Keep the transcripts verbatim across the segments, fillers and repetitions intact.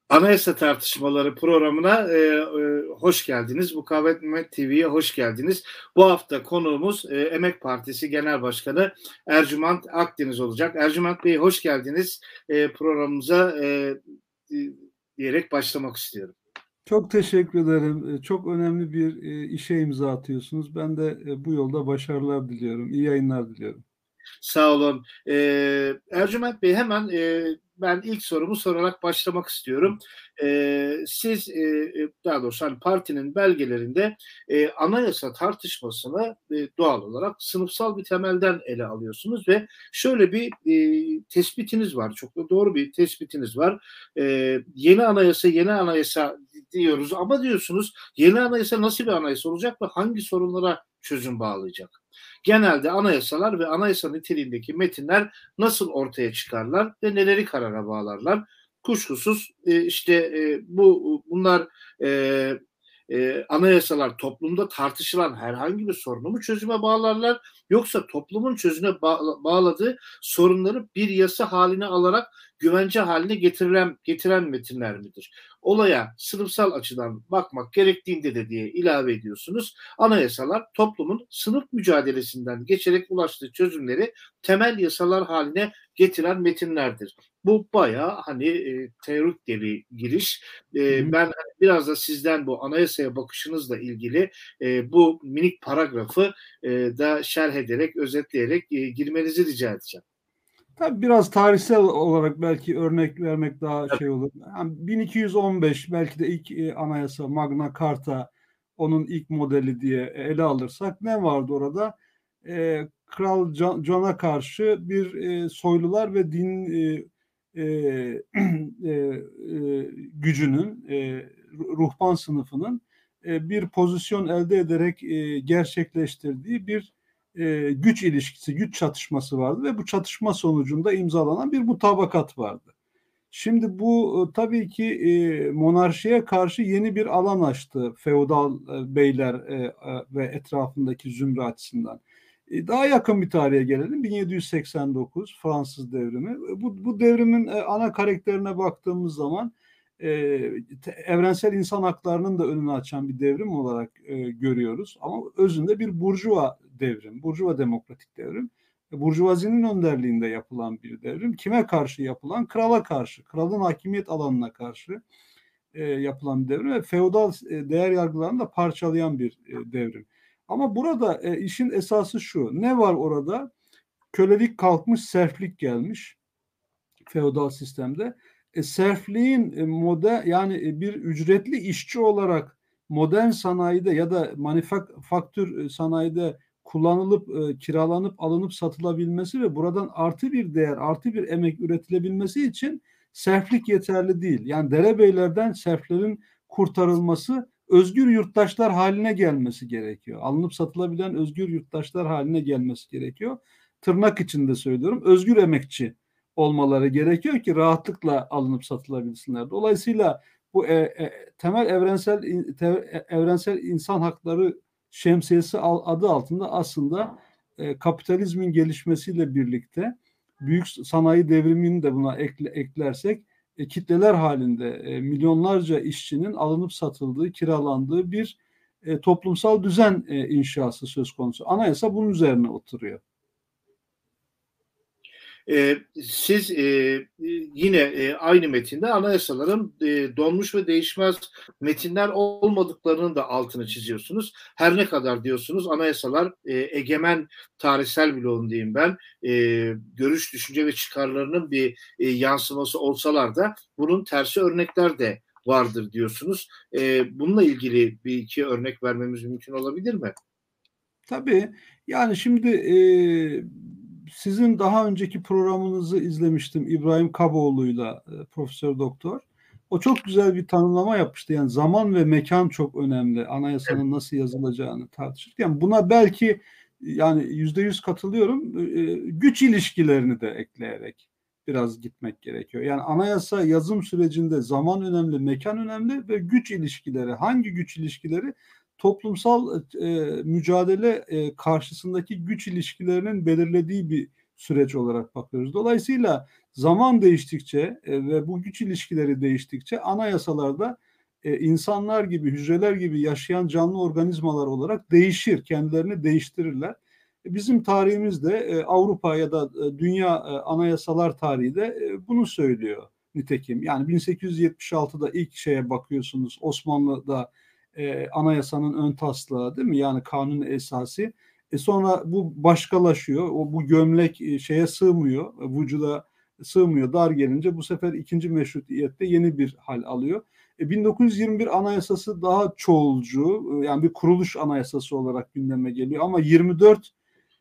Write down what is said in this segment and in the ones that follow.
Anayasa Tartışmaları programına e, e, hoş geldiniz. Mukavemet T V'ye hoş geldiniz. Bu hafta konuğumuz e, Emek Partisi Genel Başkanı Ercüment Akdeniz olacak. Ercüment Bey hoş geldiniz. E, programımıza e, e, diyerek başlamak istiyorum. Çok teşekkür ederim. Çok önemli bir işe imza atıyorsunuz. Ben de bu yolda başarılar diliyorum. İyi yayınlar diliyorum. Sağ olun. Ee, Ercüment Bey hemen e, ben ilk sorumu sorarak başlamak istiyorum. Ee, siz e, daha doğrusu hani partinin belgelerinde e, anayasa tartışmasını e, doğal olarak sınıfsal bir temelden ele alıyorsunuz ve şöyle bir e, tespitiniz var. Çok da doğru bir tespitiniz var. E, yeni anayasa, yeni anayasa diyoruz ama diyorsunuz yeni anayasa nasıl bir anayasa olacak ve hangi sorunlara çözüm bağlayacak? Genelde anayasalar ve anayasa niteliğindeki metinler nasıl ortaya çıkarlar ve neleri karara bağlarlar? Kuşkusuz e, işte e, bu bunlar e, e, anayasalar toplumda tartışılan herhangi bir sorunu mu çözüme bağlarlar, yoksa toplumun çözüme ba- bağladığı sorunları bir yasa haline alarak güvence haline getirilen getiren metinler midir? Olaya sınıfsal açıdan bakmak gerektiğinde de diye ilave ediyorsunuz. Anayasalar toplumun sınıf mücadelesinden geçerek ulaştığı çözümleri temel yasalar haline getiren metinlerdir. Bu bayağı hani e, teorik de bir giriş. E, ben hani biraz da sizden bu anayasaya bakışınızla ilgili e, bu minik paragrafı e, da şerh ederek, özetleyerek e, girmenizi rica edeceğim. Tabii biraz tarihsel olarak belki örnek vermek daha şey olur. Yani bin iki yüz on beş belki de ilk e, anayasa Magna Carta, onun ilk modeli diye ele alırsak ne vardı orada? E, Kral John, John'a karşı bir e, soylular ve din e, e, e, e, gücünün, e, ruhban sınıfının e, bir pozisyon elde ederek e, gerçekleştirdiği bir e, güç ilişkisi, güç çatışması vardı ve bu çatışma sonucunda imzalanan bir mutabakat vardı. Şimdi bu e, tabii ki e, monarşiye karşı yeni bir alan açtı feodal e, beyler e, e, ve etrafındaki zümre açısından. E, daha yakın bir tarihe gelelim. bin yedi yüz seksen dokuz Fransız devrimi. E, Bu, bu devrimin e, ana karakterine baktığımız zaman e, evrensel insan haklarının da önünü açan bir devrim olarak e, görüyoruz. Ama özünde bir burjuva devrim, burjuva demokratik devrim. Burjuvazinin önderliğinde yapılan bir devrim. Kime karşı yapılan? Krala karşı, kralın hakimiyet alanına karşı e, yapılan bir devrim ve feodal e, değer yargılarını da parçalayan bir e, devrim. Ama burada e, işin esası şu: ne var orada? Kölelik kalkmış, serflik gelmiş feodal sistemde. E, serfliğin e, modern, yani e, bir ücretli işçi olarak modern sanayide ya da manifaktür sanayide kullanılıp e, kiralanıp alınıp satılabilmesi ve buradan artı bir değer, artı bir emek üretilebilmesi için serflik yeterli değil. Yani derebeylerden serflerin kurtarılması, özgür yurttaşlar haline gelmesi gerekiyor. Alınıp satılabilen özgür yurttaşlar haline gelmesi gerekiyor. Tırnak içinde söylüyorum. Özgür emekçi olmaları gerekiyor ki rahatlıkla alınıp satılabilsinler. Dolayısıyla bu e, e, temel evrensel te, evrensel insan hakları şemsiyesi adı altında aslında e, kapitalizmin gelişmesiyle birlikte büyük sanayi devrimini de buna ekle, eklersek e, kitleler halinde e, milyonlarca işçinin alınıp satıldığı, kiralandığı bir e, toplumsal düzen e, inşası söz konusu. Anayasa bunun üzerine oturuyor. E, siz e, yine e, aynı metinde anayasaların e, donmuş ve değişmez metinler olmadıklarının da altını çiziyorsunuz. Her ne kadar diyorsunuz anayasalar e, egemen tarihsel bloğun diyeyim ben e, görüş, düşünce ve çıkarlarının bir e, yansıması olsalar da bunun tersi örnekler de vardır diyorsunuz. E, bununla ilgili bir iki örnek vermemiz mümkün olabilir mi? Tabii, yani şimdi e, sizin daha önceki programınızı izlemiştim İbrahim Kaboğlu'yla, e, Profesör Doktor. O çok güzel bir tanımlama yapmıştı. Yani zaman ve mekan çok önemli. Anayasanın nasıl yazılacağını tartışırken buna belki yani yüzde yüz katılıyorum. E, güç ilişkilerini de ekleyerek biraz gitmek gerekiyor. Yani anayasa yazım sürecinde zaman önemli, mekan önemli ve güç ilişkileri. Hangi güç ilişkileri? Toplumsal e, mücadele e, karşısındaki güç ilişkilerinin belirlediği bir süreç olarak bakıyoruz. Dolayısıyla zaman değiştikçe e, ve bu güç ilişkileri değiştikçe anayasalarda e, insanlar gibi, hücreler gibi yaşayan canlı organizmalar olarak değişir, kendilerini değiştirirler. E, bizim tarihimizde e, Avrupa ya da e, dünya e, anayasalar tarihi de e, bunu söylüyor nitekim. Yani bin sekiz yüz yetmiş altıda ilk şeye bakıyorsunuz, Osmanlı'da e, anayasanın ön taslağı değil mi? Yani kanun esası. E sonra bu başkalaşıyor. O bu gömlek e, şeye sığmıyor, e, vücuda sığmıyor. Dar gelince bu sefer ikinci meşrutiyette yeni bir hal alıyor. E, bin dokuz yüz yirmi bir Anayasası daha çoğulcu, e, yani bir kuruluş anayasası olarak gündeme geliyor. Ama yirmi dört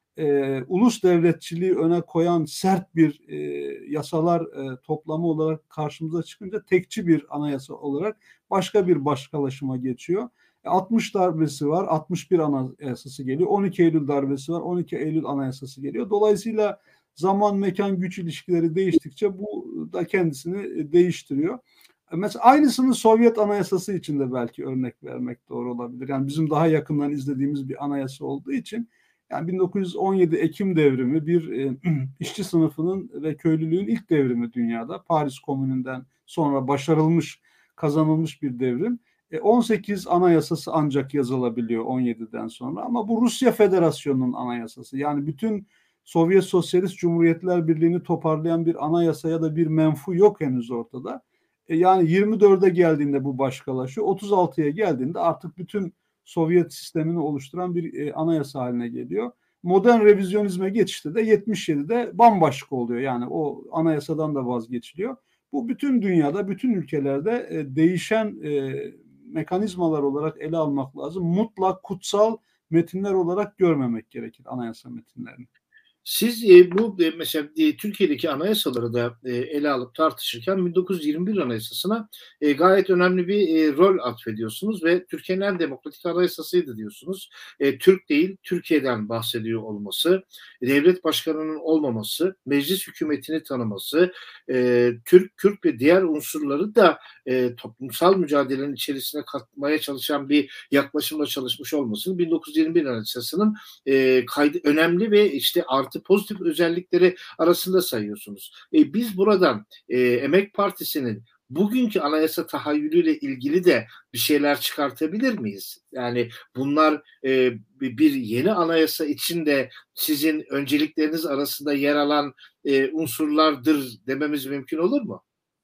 e, ulus devletçiliği öne koyan sert bir e, yasalar e, toplamı olarak karşımıza çıkınca tekçi bir anayasa olarak başka bir başkalaşıma geçiyor. E, altmış darbesi var, altmış bir anayasası geliyor. on iki Eylül darbesi var, on iki Eylül anayasası geliyor. Dolayısıyla zaman, mekan, güç ilişkileri değiştikçe bu da kendisini değiştiriyor. Mesela aynısını Sovyet Anayasası için de belki örnek vermek doğru olabilir. Yani bizim daha yakından izlediğimiz bir anayasa olduğu için, yani bin dokuz yüz on yedi Ekim devrimi bir e, işçi sınıfının ve köylülüğün ilk devrimi dünyada. Paris Komünü'nden sonra başarılmış, kazanılmış bir devrim. E, on sekiz anayasası ancak yazılabiliyor on yediden sonra. Ama bu Rusya Federasyonu'nun anayasası. Yani bütün Sovyet Sosyalist Cumhuriyetler Birliği'ni toparlayan bir anayasa ya da bir menfu yok henüz ortada. E, yani yirmi dörde geldiğinde bu başkalaşıyor. otuz altıya geldiğinde artık bütün Sovyet sistemini oluşturan bir e, anayasa haline geliyor. Modern revizyonizme geçişte de yetmiş yedide bambaşka oluyor. Yani o anayasadan da vazgeçiliyor. Bu bütün dünyada, bütün ülkelerde e, değişen e, mekanizmalar olarak ele almak lazım. Mutlak, kutsal metinler olarak görmemek gerekir anayasa metinlerini. Siz e, bu e, mesela e, Türkiye'deki anayasaları da e, ele alıp tartışırken bin dokuz yüz yirmi bir Anayasası'na e, gayet önemli bir e, rol atfediyorsunuz ve Türkiye'nin en demokratik anayasasıydı diyorsunuz. E, Türk değil, Türkiye'den bahsediyor olması, devlet başkanının olmaması, meclis hükümetini tanıması, e, Türk, Kürt ve diğer unsurları da e, toplumsal mücadelenin içerisine katmaya çalışan bir yaklaşımla çalışmış olmasının bin dokuz yüz yirmi bir Anayasası'nın e, kaydı, önemli ve işte artı pozitif özellikleri arasında sayıyorsunuz. E, biz buradan e, Emek Partisi'nin bugünkü anayasa tahayyülüyle ilgili de bir şeyler çıkartabilir miyiz? Yani bunlar e, bir yeni anayasa için de sizin öncelikleriniz arasında yer alan e, unsurlardır dememiz mümkün olur mu?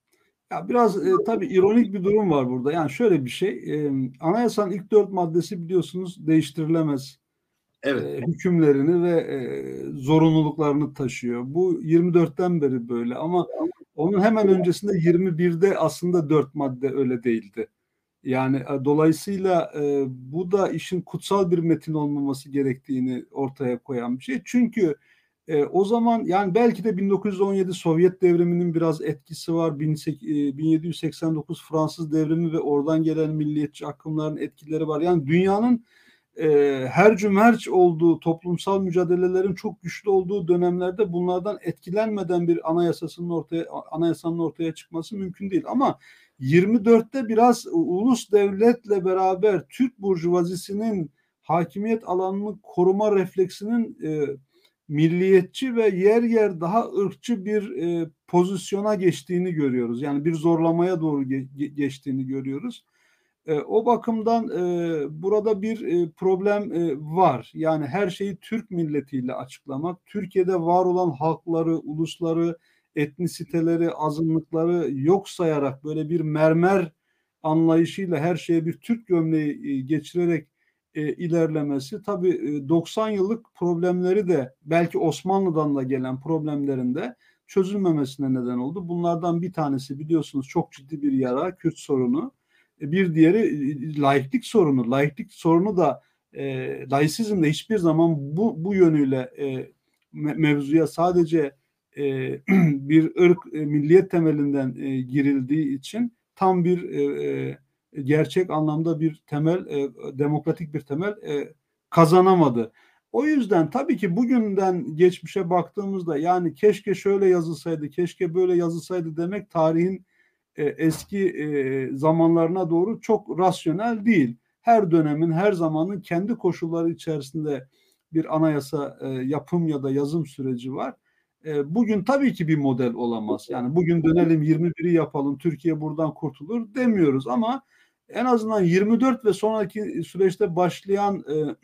Ya biraz e, tabii ironik bir durum var burada. Yani şöyle bir şey, e, anayasanın ilk dört maddesi biliyorsunuz değiştirilemez Evet. e, hükümlerini ve e, zorunluluklarını taşıyor. Bu yirmi dörtten beri böyle ama onun hemen öncesinde yirmi birde aslında dört madde öyle değildi. Yani e, dolayısıyla e, bu da işin kutsal bir metin olmaması gerektiğini ortaya koyan bir şey. Çünkü e, o zaman yani belki de bin dokuz yüz on yedi Sovyet devriminin biraz etkisi var. bin yedi yüz seksen dokuz Fransız devrimi ve oradan gelen milliyetçi akımların etkileri var. Yani dünyanın e, hercü merç olduğu, toplumsal mücadelelerin çok güçlü olduğu dönemlerde bunlardan etkilenmeden bir anayasasının ortaya anayasanın ortaya çıkması mümkün değil. Ama yirmi dörtte biraz ulus devletle beraber Türk burjuvazisinin hakimiyet alanını koruma refleksinin e, milliyetçi ve yer yer daha ırkçı bir e, pozisyona geçtiğini görüyoruz. Yani bir zorlamaya doğru ge- geçtiğini görüyoruz. E, o bakımdan e, burada bir e, problem e, var. Yani her şeyi Türk milletiyle açıklamak, Türkiye'de var olan halkları, ulusları, etnisiteleri, azınlıkları yok sayarak böyle bir mermer anlayışıyla her şeye bir Türk gömleği e, geçirerek e, ilerlemesi tabii e, doksan yıllık problemleri de belki Osmanlı'dan da gelen problemlerin de çözülmemesine neden oldu. Bunlardan bir tanesi biliyorsunuz çok ciddi bir yara, Kürt sorunu. Bir diğeri e, laiklik sorunu. Laiklik sorunu da e, laisizm de hiçbir zaman bu, bu yönüyle e, mevzuya sadece e, bir ırk, e, milliyet temelinden e, girildiği için tam bir e, e, gerçek anlamda bir temel, e, demokratik bir temel e, kazanamadı. O yüzden tabii ki bugünden geçmişe baktığımızda yani keşke şöyle yazılsaydı, keşke böyle yazılsaydı demek tarihin e, eski e, zamanlarına doğru çok rasyonel değil. Her dönemin, her zamanın kendi koşulları içerisinde bir anayasa e, yapım ya da yazım süreci var. E, bugün tabii ki bir model olamaz. Yani bugün dönelim yirmi biri yapalım, Türkiye buradan kurtulur demiyoruz ama en azından yirmi dört ve sonraki süreçte başlayan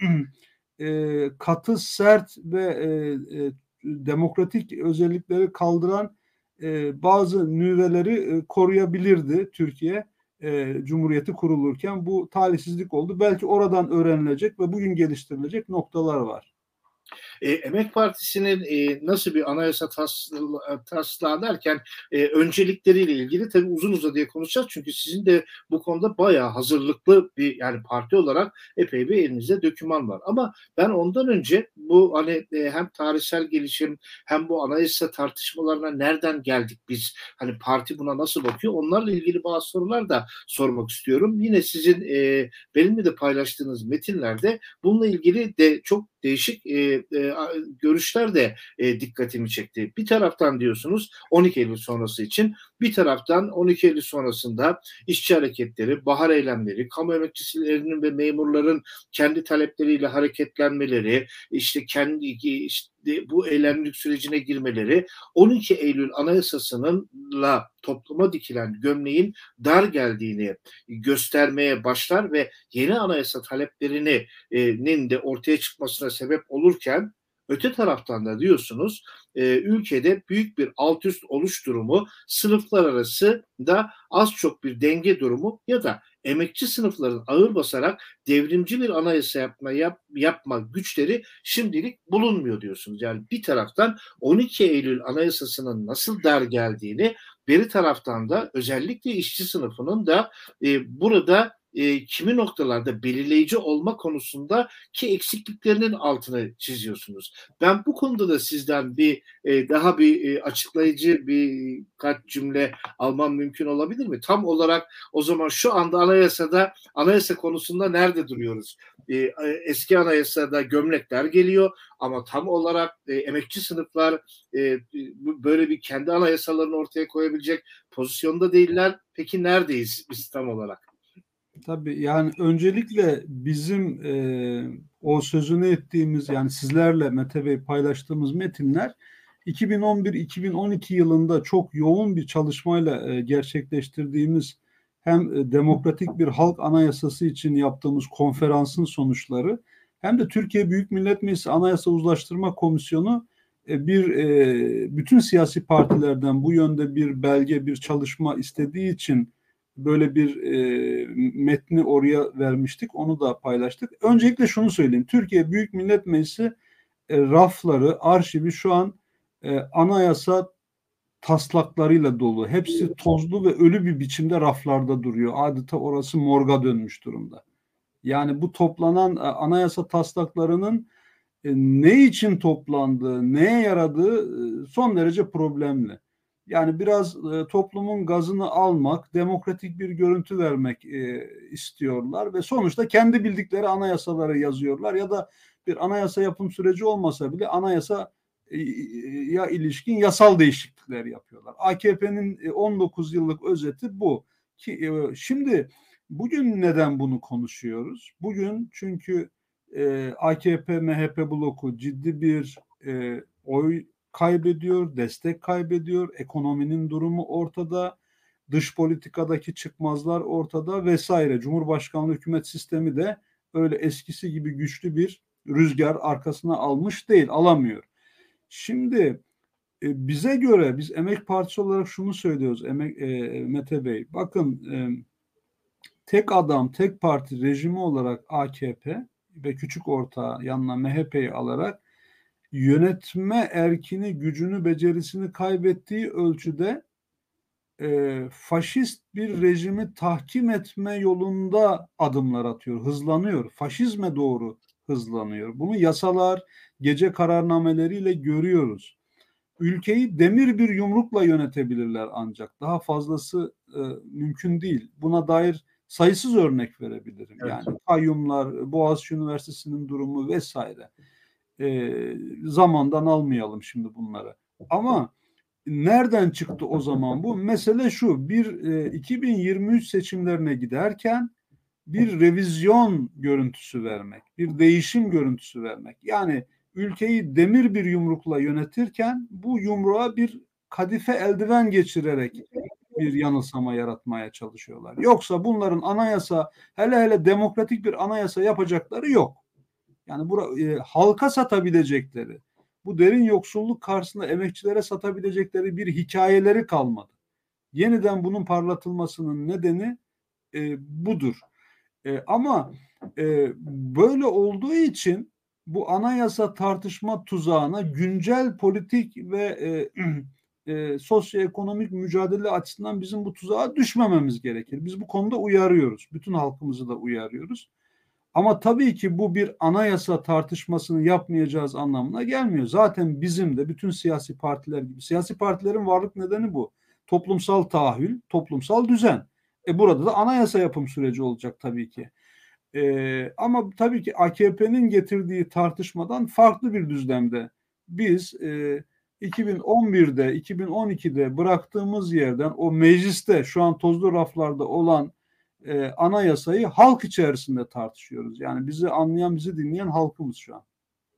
e, e, katı, sert ve e, e, demokratik özellikleri kaldıran e, bazı nüveleri e, koruyabilirdi Türkiye e, Cumhuriyeti kurulurken. Bu talihsizlik oldu. Belki oradan öğrenilecek ve bugün geliştirilecek noktalar var. E, Emek Partisi'nin e, nasıl bir anayasa tasla, taslağı derken e, öncelikleriyle ilgili tabii uzun uzadıya konuşacağız. Çünkü sizin de bu konuda bayağı hazırlıklı bir, yani parti olarak epey bir elinizde doküman var. Ama ben ondan önce bu hani e, hem tarihsel gelişim hem bu anayasa tartışmalarına nereden geldik biz? Hani parti buna nasıl bakıyor? Onlarla ilgili bazı sorular da sormak istiyorum. Yine sizin e, benimle de paylaştığınız metinlerde bununla ilgili de çok değişik e, e, görüşler de e, dikkatimi çekti. Bir taraftan diyorsunuz on iki Eylül sonrası için, bir taraftan on iki Eylül sonrasında işçi hareketleri, bahar eylemleri, kamu emekçilerinin ve memurların kendi talepleriyle hareketlenmeleri, işte kendi işte bu eylemlilik sürecine girmeleri, on iki Eylül Anayasası'nınla topluma dikilen gömleğin dar geldiğini göstermeye başlar ve yeni anayasa taleplerinin de ortaya çıkmasına sebep olurken, öte taraftan da diyorsunuz e, ülkede büyük bir alt üst oluş durumu, sınıflar arası da az çok bir denge durumu ya da emekçi sınıfların ağır basarak devrimci bir anayasa yapma, yap, yapma güçleri şimdilik bulunmuyor diyorsunuz. Yani bir taraftan on iki Eylül Anayasası'nın nasıl dar geldiğini, bir taraftan da özellikle işçi sınıfının da e, burada e, kimi noktalarda belirleyici olma konusunda ki eksikliklerinin altını çiziyorsunuz. Ben bu konuda da sizden bir e, daha bir e, açıklayıcı bir kaç cümle almam mümkün olabilir mi? Tam olarak o zaman şu anda anayasada, anayasa konusunda nerede duruyoruz? E, eski anayasada gömlekler geliyor ama tam olarak e, emekçi sınıflar e, böyle bir kendi anayasalarını ortaya koyabilecek pozisyonda değiller. Peki neredeyiz biz tam olarak? Tabii yani öncelikle bizim e, o sözünü ettiğimiz, yani sizlerle Mete Bey paylaştığımız metinler iki bin on bir iki bin on iki yılında çok yoğun bir çalışmayla e, gerçekleştirdiğimiz hem e, demokratik bir halk anayasası için yaptığımız konferansın sonuçları hem de Türkiye Büyük Millet Meclisi Anayasa Uzlaştırma Komisyonu e, bir e, bütün siyasi partilerden bu yönde bir belge, bir çalışma istediği için böyle bir e, metni oraya vermiştik. Onu da paylaştık. Öncelikle şunu söyleyeyim. Türkiye Büyük Millet Meclisi e, rafları, arşivi şu an e, anayasa taslaklarıyla dolu. Hepsi tozlu ve ölü bir biçimde raflarda duruyor. Adeta orası morga dönmüş durumda. Yani bu toplanan e, anayasa taslaklarının e, ne için toplandığı, neye yaradığı e, son derece problemli. Yani biraz e, toplumun gazını almak, demokratik bir görüntü vermek e, istiyorlar ve sonuçta kendi bildikleri anayasaları yazıyorlar ya da bir anayasa yapım süreci olmasa bile anayasa e, ya ilişkin yasal değişiklikler yapıyorlar. A K P'nin e, on dokuz yıllık özeti bu. Ki e, şimdi bugün neden bunu konuşuyoruz? Bugün çünkü e, A K P M H P bloku ciddi bir e, oy kaybediyor, destek kaybediyor, ekonominin durumu ortada, dış politikadaki çıkmazlar ortada vesaire. Cumhurbaşkanlığı hükümet sistemi de öyle eskisi gibi güçlü bir rüzgar arkasına almış değil, alamıyor. Şimdi e, bize göre biz Emek Partisi olarak şunu söylüyoruz Emek, e, Mete Bey. Bakın e, tek adam, tek parti rejimi olarak A K P ve küçük ortağı yanına M H P'yi alarak yönetme erkini, gücünü, becerisini kaybettiği ölçüde e, faşist bir rejimi tahkim etme yolunda adımlar atıyor, hızlanıyor. Faşizme doğru hızlanıyor. Bunu yasalar, gece kararnameleriyle görüyoruz. Ülkeyi demir bir yumrukla yönetebilirler ancak. Daha fazlası e, mümkün değil. Buna dair sayısız örnek verebilirim. Evet. Yani kayyumlar, Boğaziçi Üniversitesi'nin durumu vesaire. E, zamandan almayalım şimdi bunları. Ama nereden çıktı o zaman bu? Mesele şu, bir e, iki bin yirmi üç seçimlerine giderken bir revizyon görüntüsü vermek, bir değişim görüntüsü vermek. Yani ülkeyi demir bir yumrukla yönetirken bu yumruğa bir kadife eldiven geçirerek bir yanılsama yaratmaya çalışıyorlar. Yoksa bunların anayasa, hele hele demokratik bir anayasa yapacakları yok. Yani bura, e, halka satabilecekleri, bu derin yoksulluk karşısında emekçilere satabilecekleri bir hikayeleri kalmadı. Yeniden bunun parlatılmasının nedeni e, budur. E, ama e, böyle olduğu için bu anayasa tartışma tuzağına güncel politik ve e, e, sosyoekonomik mücadele açısından bizim bu tuzağa düşmememiz gerekir. Biz bu konuda uyarıyoruz. Bütün halkımızı da uyarıyoruz. Ama tabii ki bu bir anayasa tartışmasını yapmayacağız anlamına gelmiyor. Zaten bizim de bütün siyasi partiler gibi, siyasi partilerin varlık nedeni bu. Toplumsal tahayyül, toplumsal düzen. E burada da anayasa yapım süreci olacak tabii ki. E, ama tabii ki A K P'nin getirdiği tartışmadan farklı bir düzlemde. Biz e, iki bin on birde, iki bin on ikide bıraktığımız yerden o mecliste şu an tozlu raflarda olan e, anayasayı halk içerisinde tartışıyoruz. Yani bizi anlayan, bizi dinleyen halkımız şu an.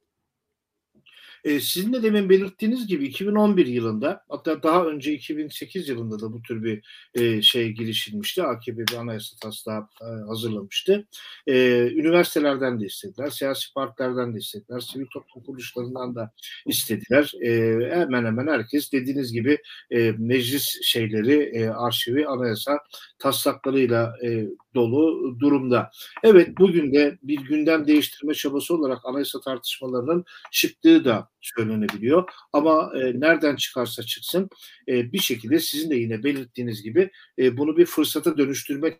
E, sizin de demin belirttiğiniz gibi iki bin on bir yılında, hatta daha önce iki bin sekiz yılında da bu tür bir e, şey girişilmişti. A K P bir anayasa taslağı e, hazırlamıştı. E, üniversitelerden de istediler, siyasi partilerden de istediler, sivil toplum kuruluşlarından da istediler. E, hemen hemen herkes dediğiniz gibi e, meclis şeyleri, e, arşivi, anayasa taslaklarıyla e, dolu durumda. Evet, bugün de bir gündem değiştirme çabası olarak anayasa tartışmalarının çıktığı da söylenebiliyor. Ama e, nereden çıkarsa çıksın e, bir şekilde sizin de yine belirttiğiniz gibi e, bunu bir fırsata dönüştürmek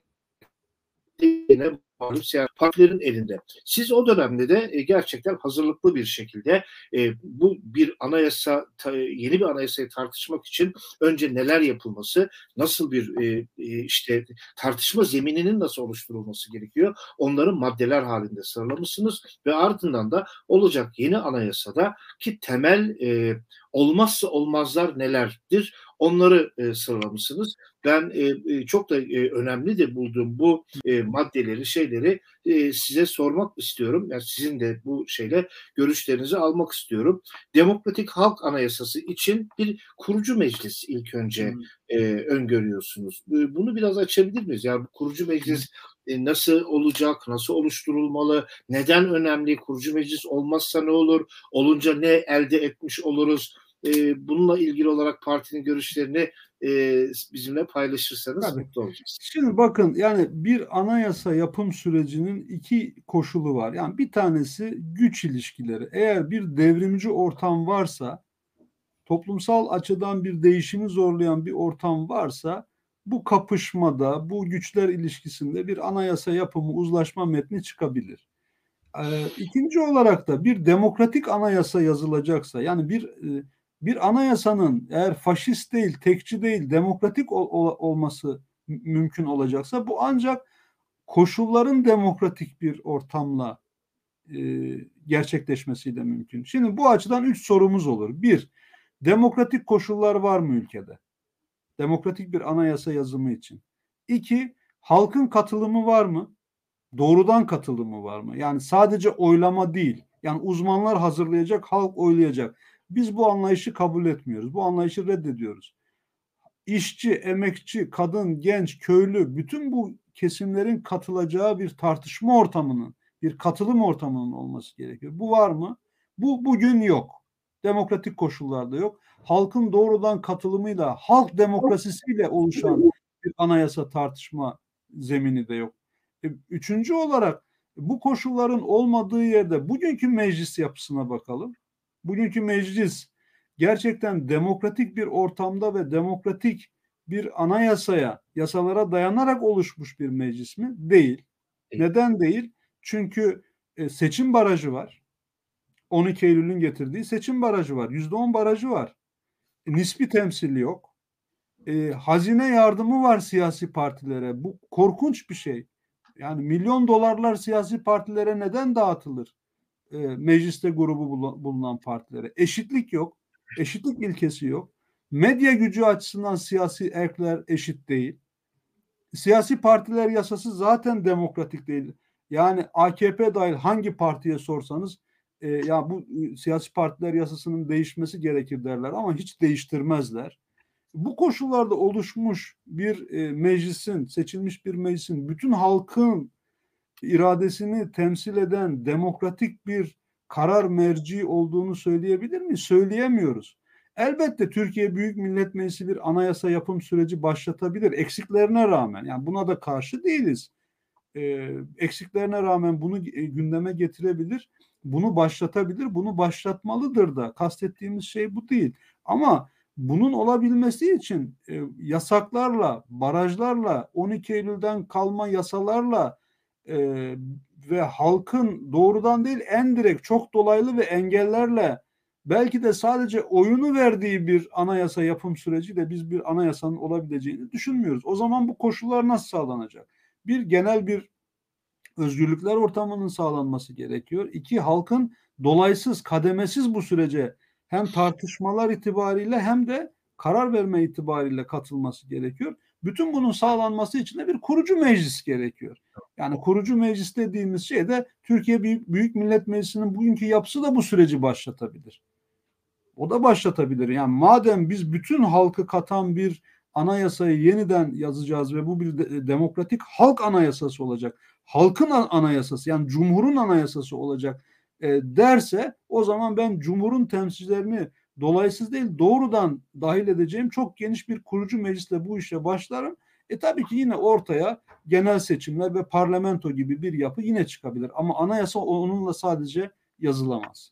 yine malum siyasi partilerin elinde. Siz o dönemde de e, gerçekten hazırlıklı bir şekilde e, bu bir anayasa, ta, yeni bir anayasayı tartışmak için önce neler yapılması, nasıl bir e, e, işte tartışma zemininin nasıl oluşturulması gerekiyor, onları maddeler halinde sıralamışsınız ve ardından da olacak yeni anayasada ki temel e, olmazsa olmazlar nelerdir, onları e, sıralamışsınız. Ben e, çok da e, önemli de bulduğum bu e, maddeleri, şeyleri e, size sormak istiyorum. Yani sizin de bu şeyle görüşlerinizi almak istiyorum. Demokratik Halk Anayasası için bir kurucu meclis ilk önce e, öngörüyorsunuz. E, bunu biraz açabilir miyiz? Yani bu kurucu meclis e, nasıl olacak, nasıl oluşturulmalı, neden önemli, kurucu meclis olmazsa ne olur, olunca ne elde etmiş oluruz? E, bununla ilgili olarak partinin görüşlerini e, bizimle paylaşırsanız Tabii. mutlu olacağız. Şimdi bakın, yani bir anayasa yapım sürecinin iki koşulu var. Yani bir tanesi güç ilişkileri. Eğer bir devrimci ortam varsa, toplumsal açıdan bir değişimi zorlayan bir ortam varsa, bu kapışmada, bu güçler ilişkisinde bir anayasa yapımı, uzlaşma metni çıkabilir. Ee, ikinci olarak da bir demokratik anayasa yazılacaksa, yani bir e, bir anayasanın eğer faşist değil, tekçi değil, demokratik ol, ol, olması mümkün olacaksa, bu ancak koşulların demokratik bir ortamla e, gerçekleşmesiyle mümkün. Şimdi bu açıdan üç sorumuz olur. Bir, demokratik koşullar var mı ülkede? Demokratik bir anayasa yazımı için. İki, halkın katılımı var mı? Doğrudan katılımı var mı? Yani sadece oylama değil. Yani uzmanlar hazırlayacak, halk oylayacak. Biz bu anlayışı kabul etmiyoruz. Bu anlayışı reddediyoruz. İşçi, emekçi, kadın, genç, köylü, bütün bu kesimlerin katılacağı bir tartışma ortamının, bir katılım ortamının olması gerekiyor. Bu var mı? Bu bugün yok. Demokratik koşullarda yok. Halkın doğrudan katılımıyla, halk demokrasisiyle oluşan bir anayasa tartışma zemini de yok. Üçüncü olarak, bu koşulların olmadığı yerde bugünkü meclis yapısına bakalım. Bugünkü meclis gerçekten demokratik bir ortamda ve demokratik bir anayasaya, yasalara dayanarak oluşmuş bir meclis mi? Değil. Neden değil? Çünkü seçim barajı var. on iki Eylül'ün getirdiği seçim barajı var. yüzde on barajı var. Nispi temsili yok. E, hazine yardımı var siyasi partilere. Bu korkunç bir şey. Yani milyon dolarlar siyasi partilere neden dağıtılır? E, mecliste grubu bulunan partilere. Eşitlik yok. Eşitlik ilkesi yok. Medya gücü açısından siyasi erkler eşit değil. Siyasi partiler yasası zaten demokratik değil. Yani A K P dahil hangi partiye sorsanız e, ya bu e, siyasi partiler yasasının değişmesi gerekir derler ama hiç değiştirmezler. Bu koşullarda oluşmuş bir e, meclisin, seçilmiş bir meclisin bütün halkın iradesini temsil eden demokratik bir karar merci olduğunu söyleyebilir miyiz? Söyleyemiyoruz. Elbette Türkiye Büyük Millet Meclisi bir anayasa yapım süreci başlatabilir eksiklerine rağmen. Yani buna da karşı değiliz. E, eksiklerine rağmen bunu e, gündeme getirebilir, bunu başlatabilir, bunu başlatmalıdır da. Kastettiğimiz şey bu değil. Ama bunun olabilmesi için e, yasaklarla, barajlarla, on iki Eylül'den kalma yasalarla e, ve halkın doğrudan değil en direkt çok dolaylı ve engellerle belki de sadece oyunu verdiği bir anayasa yapım süreciyle biz bir anayasanın olabileceğini düşünmüyoruz. O zaman bu koşullar nasıl sağlanacak? Bir, genel bir özgürlükler ortamının sağlanması gerekiyor. İki, halkın dolaysız, kademesiz bu sürece hem tartışmalar itibariyle hem de karar verme itibariyle katılması gerekiyor. Bütün bunun sağlanması için de bir kurucu meclis gerekiyor. Yani kurucu meclis dediğimiz şey de Türkiye Büyük Millet Meclisi'nin bugünkü yapısı da bu süreci başlatabilir. O da başlatabilir. Yani madem biz bütün halkı katan bir anayasayı yeniden yazacağız ve bu bir de, demokratik halk anayasası olacak. Halkın anayasası yani cumhurun anayasası olacak e, derse o zaman ben cumhurun temsilcilerini dolaysız değil doğrudan dahil edeceğim çok geniş bir kurucu meclisle bu işe başlarım. E tabii ki yine ortaya genel seçimler ve parlamento gibi bir yapı yine çıkabilir. Ama anayasa onunla sadece yazılamaz.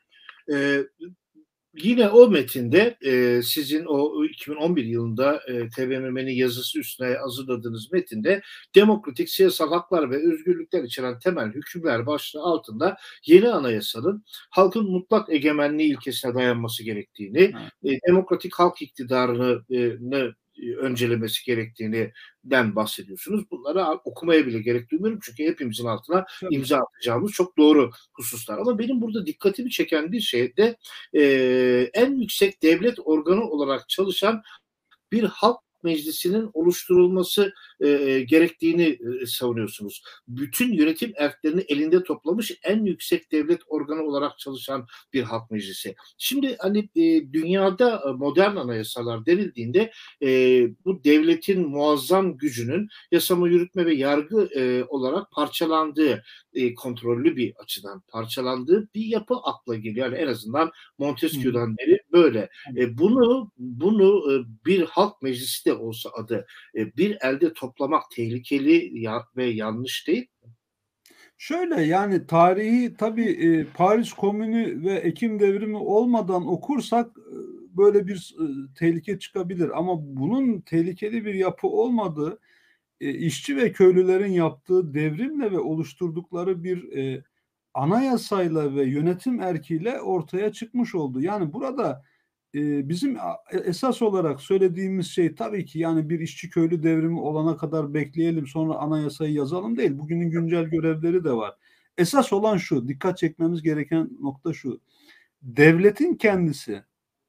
Ee, Yine o metinde e, sizin o iki bin on bir yılında e, T B M M'nin yazısı üstüne hazırladığınız metinde demokratik siyasal haklar ve özgürlükler içeren temel hükümler başlığı altında yeni anayasanın halkın mutlak egemenliği ilkesine dayanması gerektiğini, e, demokratik halk iktidarını e, öncelemesi gerektiğinden bahsediyorsunuz. Bunları okumaya bile gerek duymuyorum çünkü hepimizin altına Tabii. imza atacağımız çok doğru hususlar. Ama benim burada dikkatimi çeken bir şey de e, en yüksek devlet organı olarak çalışan bir halk meclisinin oluşturulması e, gerektiğini e, savunuyorsunuz. Bütün yönetim erklerini elinde toplamış en yüksek devlet organı olarak çalışan bir halk meclisi. Şimdi hani e, dünyada modern anayasalar denildiğinde e, bu devletin muazzam gücünün yasama, yürütme ve yargı e, olarak parçalandığı, e, kontrollü bir açıdan parçalandığı bir yapı akla geliyor. Yani en azından Montesquieu'dan beri böyle. E, bunu bunu e, bir halk meclisi de olsa adı e, bir elde toplamak tehlikeli ya, ve yanlış değil mi? Şöyle yani tarihi tabii e, Paris Komünü ve Ekim Devrimi olmadan okursak e, böyle bir e, tehlike çıkabilir. Ama bunun tehlikeli bir yapı olmadığı e, işçi ve köylülerin yaptığı devrimle ve oluşturdukları bir e, anayasayla ve yönetim erkiyle ortaya çıkmış oldu. Yani burada e, bizim esas olarak söylediğimiz şey tabii ki yani bir işçi köylü devrimi olana kadar bekleyelim sonra anayasayı yazalım değil. Bugünün güncel görevleri de var. Esas olan şu, dikkat çekmemiz gereken nokta şu. Devletin kendisi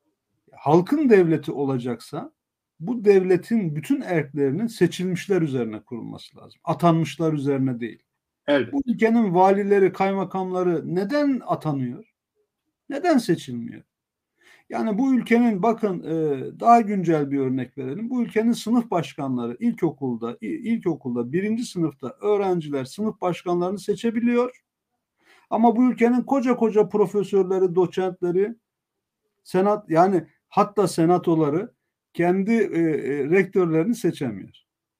halkın devleti olacaksa bu devletin bütün erklerinin seçilmişler üzerine kurulması lazım. Atanmışlar üzerine değil. Evet. Bu ülkenin valileri, kaymakamları neden atanıyor? Neden seçilmiyor? Yani bu ülkenin bakın daha güncel bir örnek verelim. Bu ülkenin sınıf başkanları ilkokulda, ilkokulda birinci sınıfta öğrenciler sınıf başkanlarını seçebiliyor. Ama bu ülkenin koca koca profesörleri, doçentleri, senat yani hatta senatoları kendi e, e, rektörlerini seçemiyor.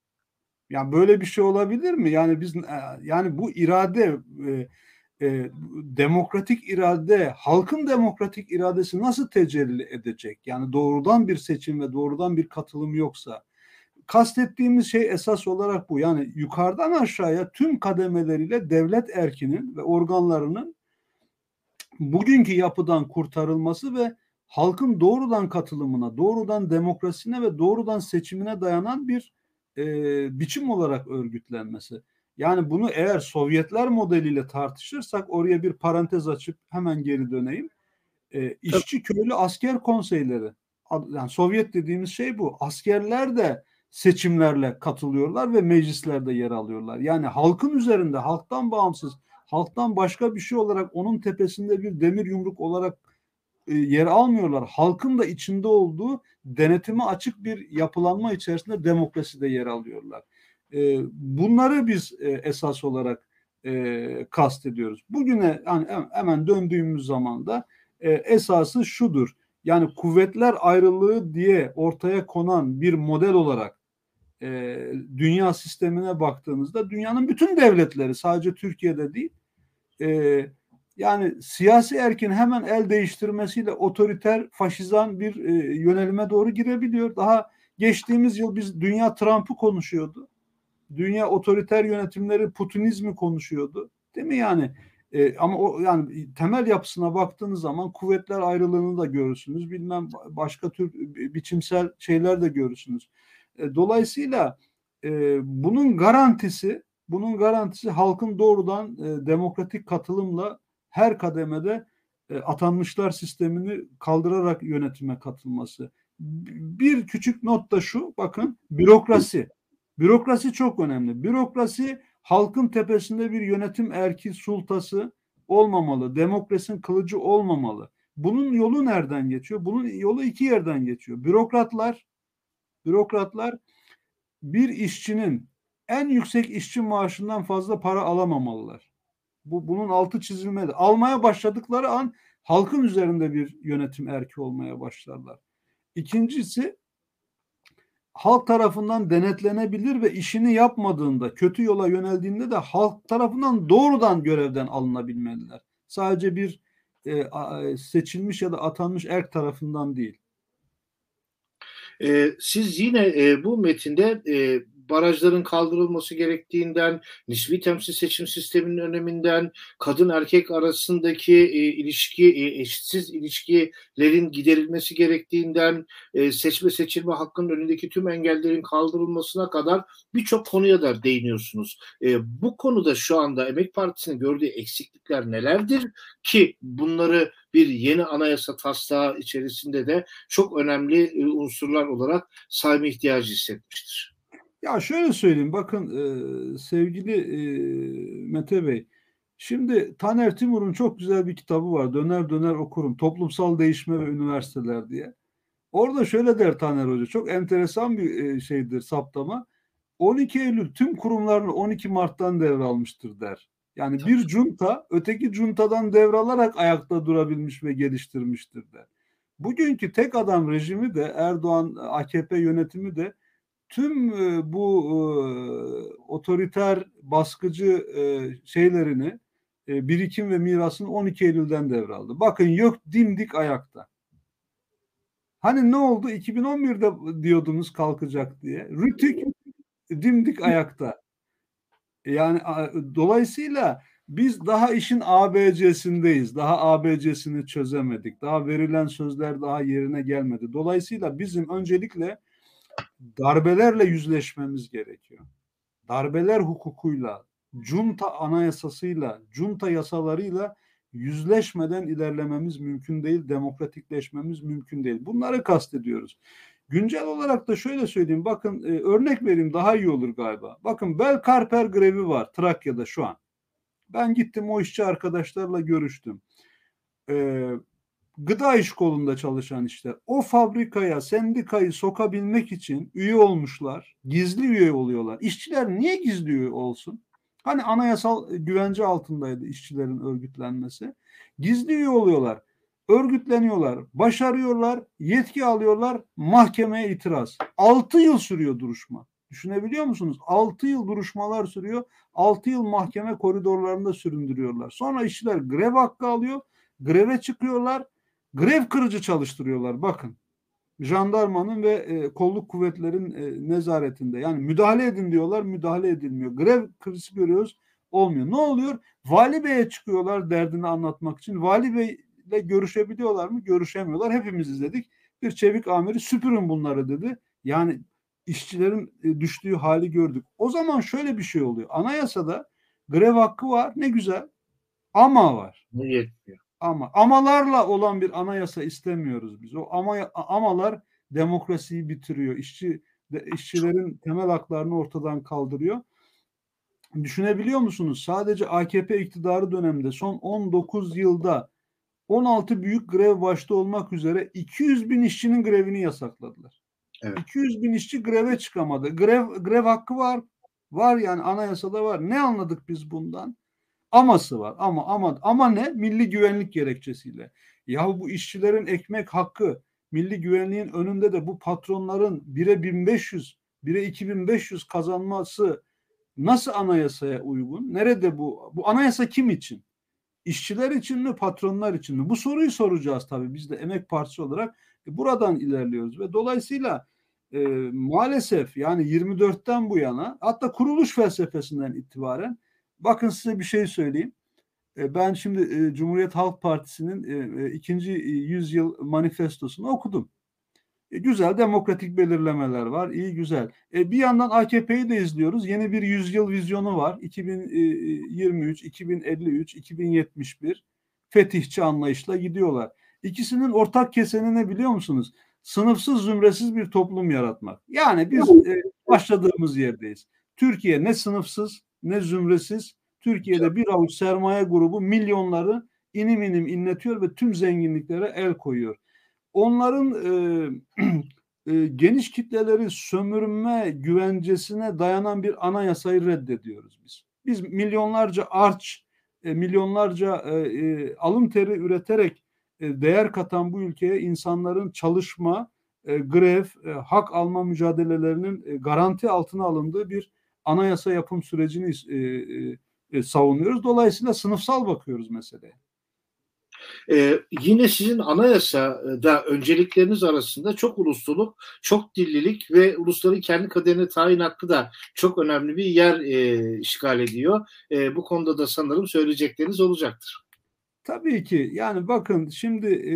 Yani böyle bir şey olabilir mi? Yani biz yani bu irade e, e, demokratik irade, halkın demokratik iradesi nasıl tecelli edecek? Yani doğrudan bir seçim ve doğrudan bir katılım yoksa. Kastettiğimiz şey esas olarak bu. Yani yukarıdan aşağıya tüm kademeleriyle devlet erkinin ve organlarının bugünkü yapıdan kurtarılması ve halkın doğrudan katılımına, doğrudan demokrasine ve doğrudan seçimine dayanan bir e, biçim olarak örgütlenmesi. Yani bunu eğer Sovyetler modeliyle tartışırsak oraya bir parantez açıp hemen geri döneyim. E, işçi köylü asker konseyleri, yani Sovyet dediğimiz şey bu. Askerler de seçimlerle katılıyorlar ve meclislerde yer alıyorlar. Yani halkın üzerinde, halktan bağımsız, halktan başka bir şey olarak onun tepesinde bir demir yumruk olarak e, yer almıyorlar. Halkın da içinde olduğu denetime açık bir yapılanma içerisinde demokraside yer alıyorlar. E, bunları biz e, esas olarak e, kastediyoruz. Bugüne yani hemen döndüğümüz zaman da e, esası şudur. Yani kuvvetler ayrılığı diye ortaya konan bir model olarak e, dünya sistemine baktığınızda dünyanın bütün devletleri, sadece Türkiye'de değil, e, yani siyasi erkin hemen el değiştirmesiyle otoriter, faşizan bir e, yönelime doğru girebiliyor. Daha geçtiğimiz yıl biz dünya Trump'ı konuşuyordu. Dünya otoriter yönetimleri Putinizmi konuşuyordu. Değil mi yani? E, ama o yani temel yapısına baktığınız zaman kuvvetler ayrılığını da görürsünüz. Bilmem başka tür biçimsel şeyler de görürsünüz. E, dolayısıyla e, bunun garantisi bunun garantisi halkın doğrudan e, demokratik katılımla her kademede e, atanmışlar sistemini kaldırarak yönetime katılması. Bir küçük not da şu, bakın, bürokrasi. Bürokrasi çok önemli. Bürokrasi halkın tepesinde bir yönetim erki sultası olmamalı. Demokrasinin kılıcı olmamalı. Bunun yolu nereden geçiyor? Bunun yolu iki yerden geçiyor. Bürokratlar, bürokratlar bir işçinin en yüksek işçi maaşından fazla para alamamalılar. Bu, bunun altı çizilmeli. Almaya başladıkları an halkın üzerinde bir yönetim erki olmaya başlarlar. İkincisi, halk tarafından denetlenebilir ve işini yapmadığında, kötü yola yöneldiğinde de halk tarafından doğrudan görevden alınabilmeliler. Sadece bir e, seçilmiş ya da atanmış erk tarafından değil. E, siz yine e, bu metinde e, barajların kaldırılması gerektiğinden, nispi temsil seçim sisteminin öneminden, kadın erkek arasındaki e, ilişki, e, eşitsiz ilişkilerin giderilmesi gerektiğinden, e, seçme seçilme hakkının önündeki tüm engellerin kaldırılmasına kadar birçok konuya da değiniyorsunuz. E, bu konuda şu anda Emek Partisi'nin gördüğü eksiklikler nelerdir ki bunları bir yeni anayasa taslağı içerisinde de çok önemli e, unsurlar olarak sayma ihtiyacı hissetmiştir? Ya şöyle söyleyeyim, bakın e, sevgili e, Mete Bey, şimdi Taner Timur'un çok güzel bir kitabı var, döner döner okurum, Toplumsal Değişme ve Üniversiteler diye. Orada şöyle der Taner Hoca, çok enteresan bir e, şeydir, saptama. on iki Eylül tüm kurumlarını on iki Mart'tan devralmıştır der. Yani bir junta öteki juntadan devralarak ayakta durabilmiş ve geliştirmiştir der. Bugünkü tek adam rejimi de, Erdoğan A K P yönetimi de tüm e, bu e, otoriter, baskıcı e, şeylerini, e, birikim ve mirasını on iki Eylül'den devraldı. Bakın, yok, dimdik ayakta. Hani ne oldu? iki bin on birde diyordunuz kalkacak diye. Rütük dimdik ayakta. Yani dolayısıyla biz daha işin A B C'sindeyiz. Daha A B C'sini çözemedik. Daha verilen sözler daha yerine gelmedi. Dolayısıyla bizim öncelikle darbelerle yüzleşmemiz gerekiyor. Darbeler hukukuyla, junta anayasasıyla, junta yasalarıyla yüzleşmeden ilerlememiz mümkün değil, demokratikleşmemiz mümkün değil. Bunları kastediyoruz. Güncel olarak da şöyle söyleyeyim, bakın, e, örnek vereyim, daha iyi olur galiba. Bakın, Belkarper grevi var Trakya'da şu an. Ben gittim, o işçi arkadaşlarla görüştüm. E, Gıda iş kolunda çalışan işler. O fabrikaya sendikayı sokabilmek için üye olmuşlar. Gizli üye oluyorlar. İşçiler niye gizli üye olsun? Hani anayasal güvence altındaydı işçilerin örgütlenmesi. Gizli üye oluyorlar. Örgütleniyorlar. Başarıyorlar. Yetki alıyorlar. Mahkemeye itiraz. altı yıl sürüyor duruşma. Düşünebiliyor musunuz? altı yıl duruşmalar sürüyor. altı yıl mahkeme koridorlarında süründürüyorlar. Sonra işçiler grev hakkı alıyor. Greve çıkıyorlar. Grev kırıcı çalıştırıyorlar, bakın. Jandarmanın ve e, kolluk kuvvetlerin e, nezaretinde. Yani müdahale edin diyorlar, müdahale edilmiyor. Grev kırıcı görüyoruz, olmuyor. Ne oluyor? Vali Bey'e çıkıyorlar derdini anlatmak için. Vali Bey'le görüşebiliyorlar mı? Görüşemiyorlar. Hepimiz izledik. Bir çevik amiri süpürün bunları dedi. Yani işçilerin e, düştüğü hali gördük. O zaman şöyle bir şey oluyor. Anayasada grev hakkı var, ne güzel. Ama var. Yetmiyor. Ama amalarla olan bir anayasa istemiyoruz biz. O ama amalar demokrasiyi bitiriyor. İşçi de, işçilerin temel haklarını ortadan kaldırıyor. Düşünebiliyor musunuz? Sadece A K P iktidarı döneminde son on dokuz yılda on altı büyük grev başta olmak üzere iki yüz bin işçinin grevini yasakladılar. Evet. iki yüz bin işçi greve çıkamadı. Grev grev hakkı var. Var yani anayasada var. Ne anladık biz bundan? Aması var. Ama ama ama ne? Milli güvenlik gerekçesiyle. Ya bu işçilerin ekmek hakkı, milli güvenliğin önünde de bu patronların bire bin beş yüz, bire iki bin beş yüz kazanması nasıl anayasaya uygun? Nerede bu? Bu anayasa kim için? İşçiler için mi, patronlar için mi? Bu soruyu soracağız tabii. Biz de Emek Partisi olarak buradan ilerliyoruz ve dolayısıyla e, maalesef yani yirmi dörtten bu yana, hatta kuruluş felsefesinden itibaren, bakın size bir şey söyleyeyim. E, ben şimdi e, Cumhuriyet Halk Partisi'nin e, e, ikinci yüzyıl manifestosunu okudum. E, güzel demokratik belirlemeler var. İyi güzel. E, bir yandan A K P'yi de izliyoruz. Yeni bir yüzyıl vizyonu var. iki bin yirmi üç, iki bin elli üç, iki bin yetmiş bir fetihçi anlayışla gidiyorlar. İkisinin ortak keseni ne biliyor musunuz? Sınıfsız, zümresiz bir toplum yaratmak. Yani biz e, başladığımız yerdeyiz. Türkiye ne sınıfsız ne zümresiz. Türkiye'de bir avuç sermaye grubu milyonları inim inim inletiyor ve tüm zenginliklere el koyuyor. Onların e, e, geniş kitleleri sömürme güvencesine dayanan bir anayasayı reddediyoruz biz. Biz milyonlarca arç, e, milyonlarca e, e, alın teri üreterek e, değer katan bu ülkeye insanların çalışma, e, grev, e, hak alma mücadelelerinin e, garanti altına alındığı bir anayasa yapım sürecini e, e, e, savunuyoruz. Dolayısıyla sınıfsal bakıyoruz meseleye. Ee, yine sizin anayasada öncelikleriniz arasında çok ulusluluk, çok dillilik ve ulusların kendi kaderine tayin hakkı da çok önemli bir yer e, işgal ediyor. E, bu konuda da sanırım söyleyecekleriniz olacaktır. Tabii ki. Yani bakın şimdi e,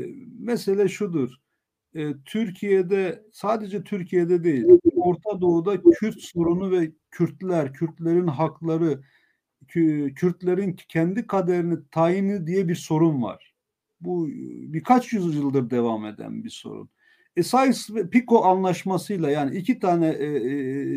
mesele şudur. E, Türkiye'de, sadece Türkiye'de değil, Orta Doğu'da Kürt sorunu ve Kürtler, Kürtlerin hakları, Kürtlerin kendi kaderini tayini diye bir sorun var. Bu birkaç yüzyıldır devam eden bir sorun. E, Sykes-Picot anlaşmasıyla, yani iki tane e, e,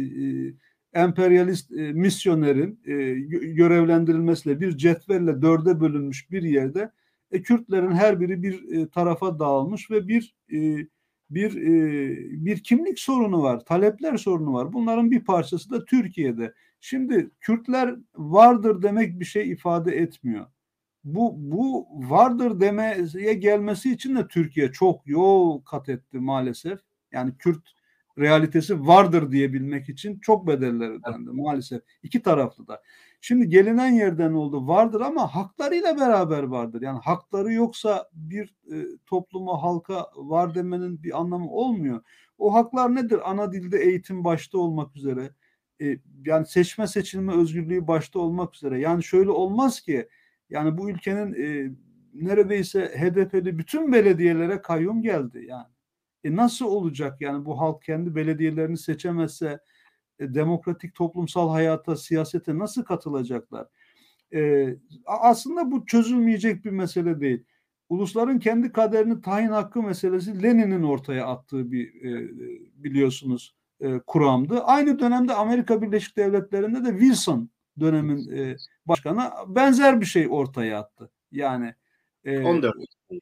e, emperyalist e, misyonerin e, görevlendirilmesiyle bir cetvelle dörde bölünmüş bir yerde e, Kürtlerin her biri bir e, tarafa dağılmış ve bir e, bir e, bir kimlik sorunu var, talepler sorunu var. Bunların bir parçası da Türkiye'de. Şimdi Kürtler vardır demek bir şey ifade etmiyor. Bu bu vardır demeye gelmesi için de Türkiye çok yol kat etti maalesef. Yani Kürt realitesi vardır diyebilmek için çok bedeller ödendi maalesef. İki taraflı da. Şimdi gelinen yerden oldu, vardır ama haklarıyla beraber vardır. Yani hakları yoksa bir e, topluma, halka var demenin bir anlamı olmuyor. O haklar nedir? Ana dilde eğitim başta olmak üzere, e, yani seçme seçilme özgürlüğü başta olmak üzere. Yani şöyle olmaz ki, yani bu ülkenin e, neredeyse H D P'li bütün belediyelere kayyum geldi yani. E nasıl olacak yani, bu halk kendi belediyelerini seçemezse e, demokratik toplumsal hayata, siyasete nasıl katılacaklar? E, aslında bu çözülmeyecek bir mesele değil. Ulusların kendi kaderini tayin hakkı meselesi Lenin'in ortaya attığı bir e, biliyorsunuz e, kuramdı. Aynı dönemde Amerika Birleşik Devletleri'nde de Wilson dönemin e, başkanı benzer bir şey ortaya attı. Yani e, on dört.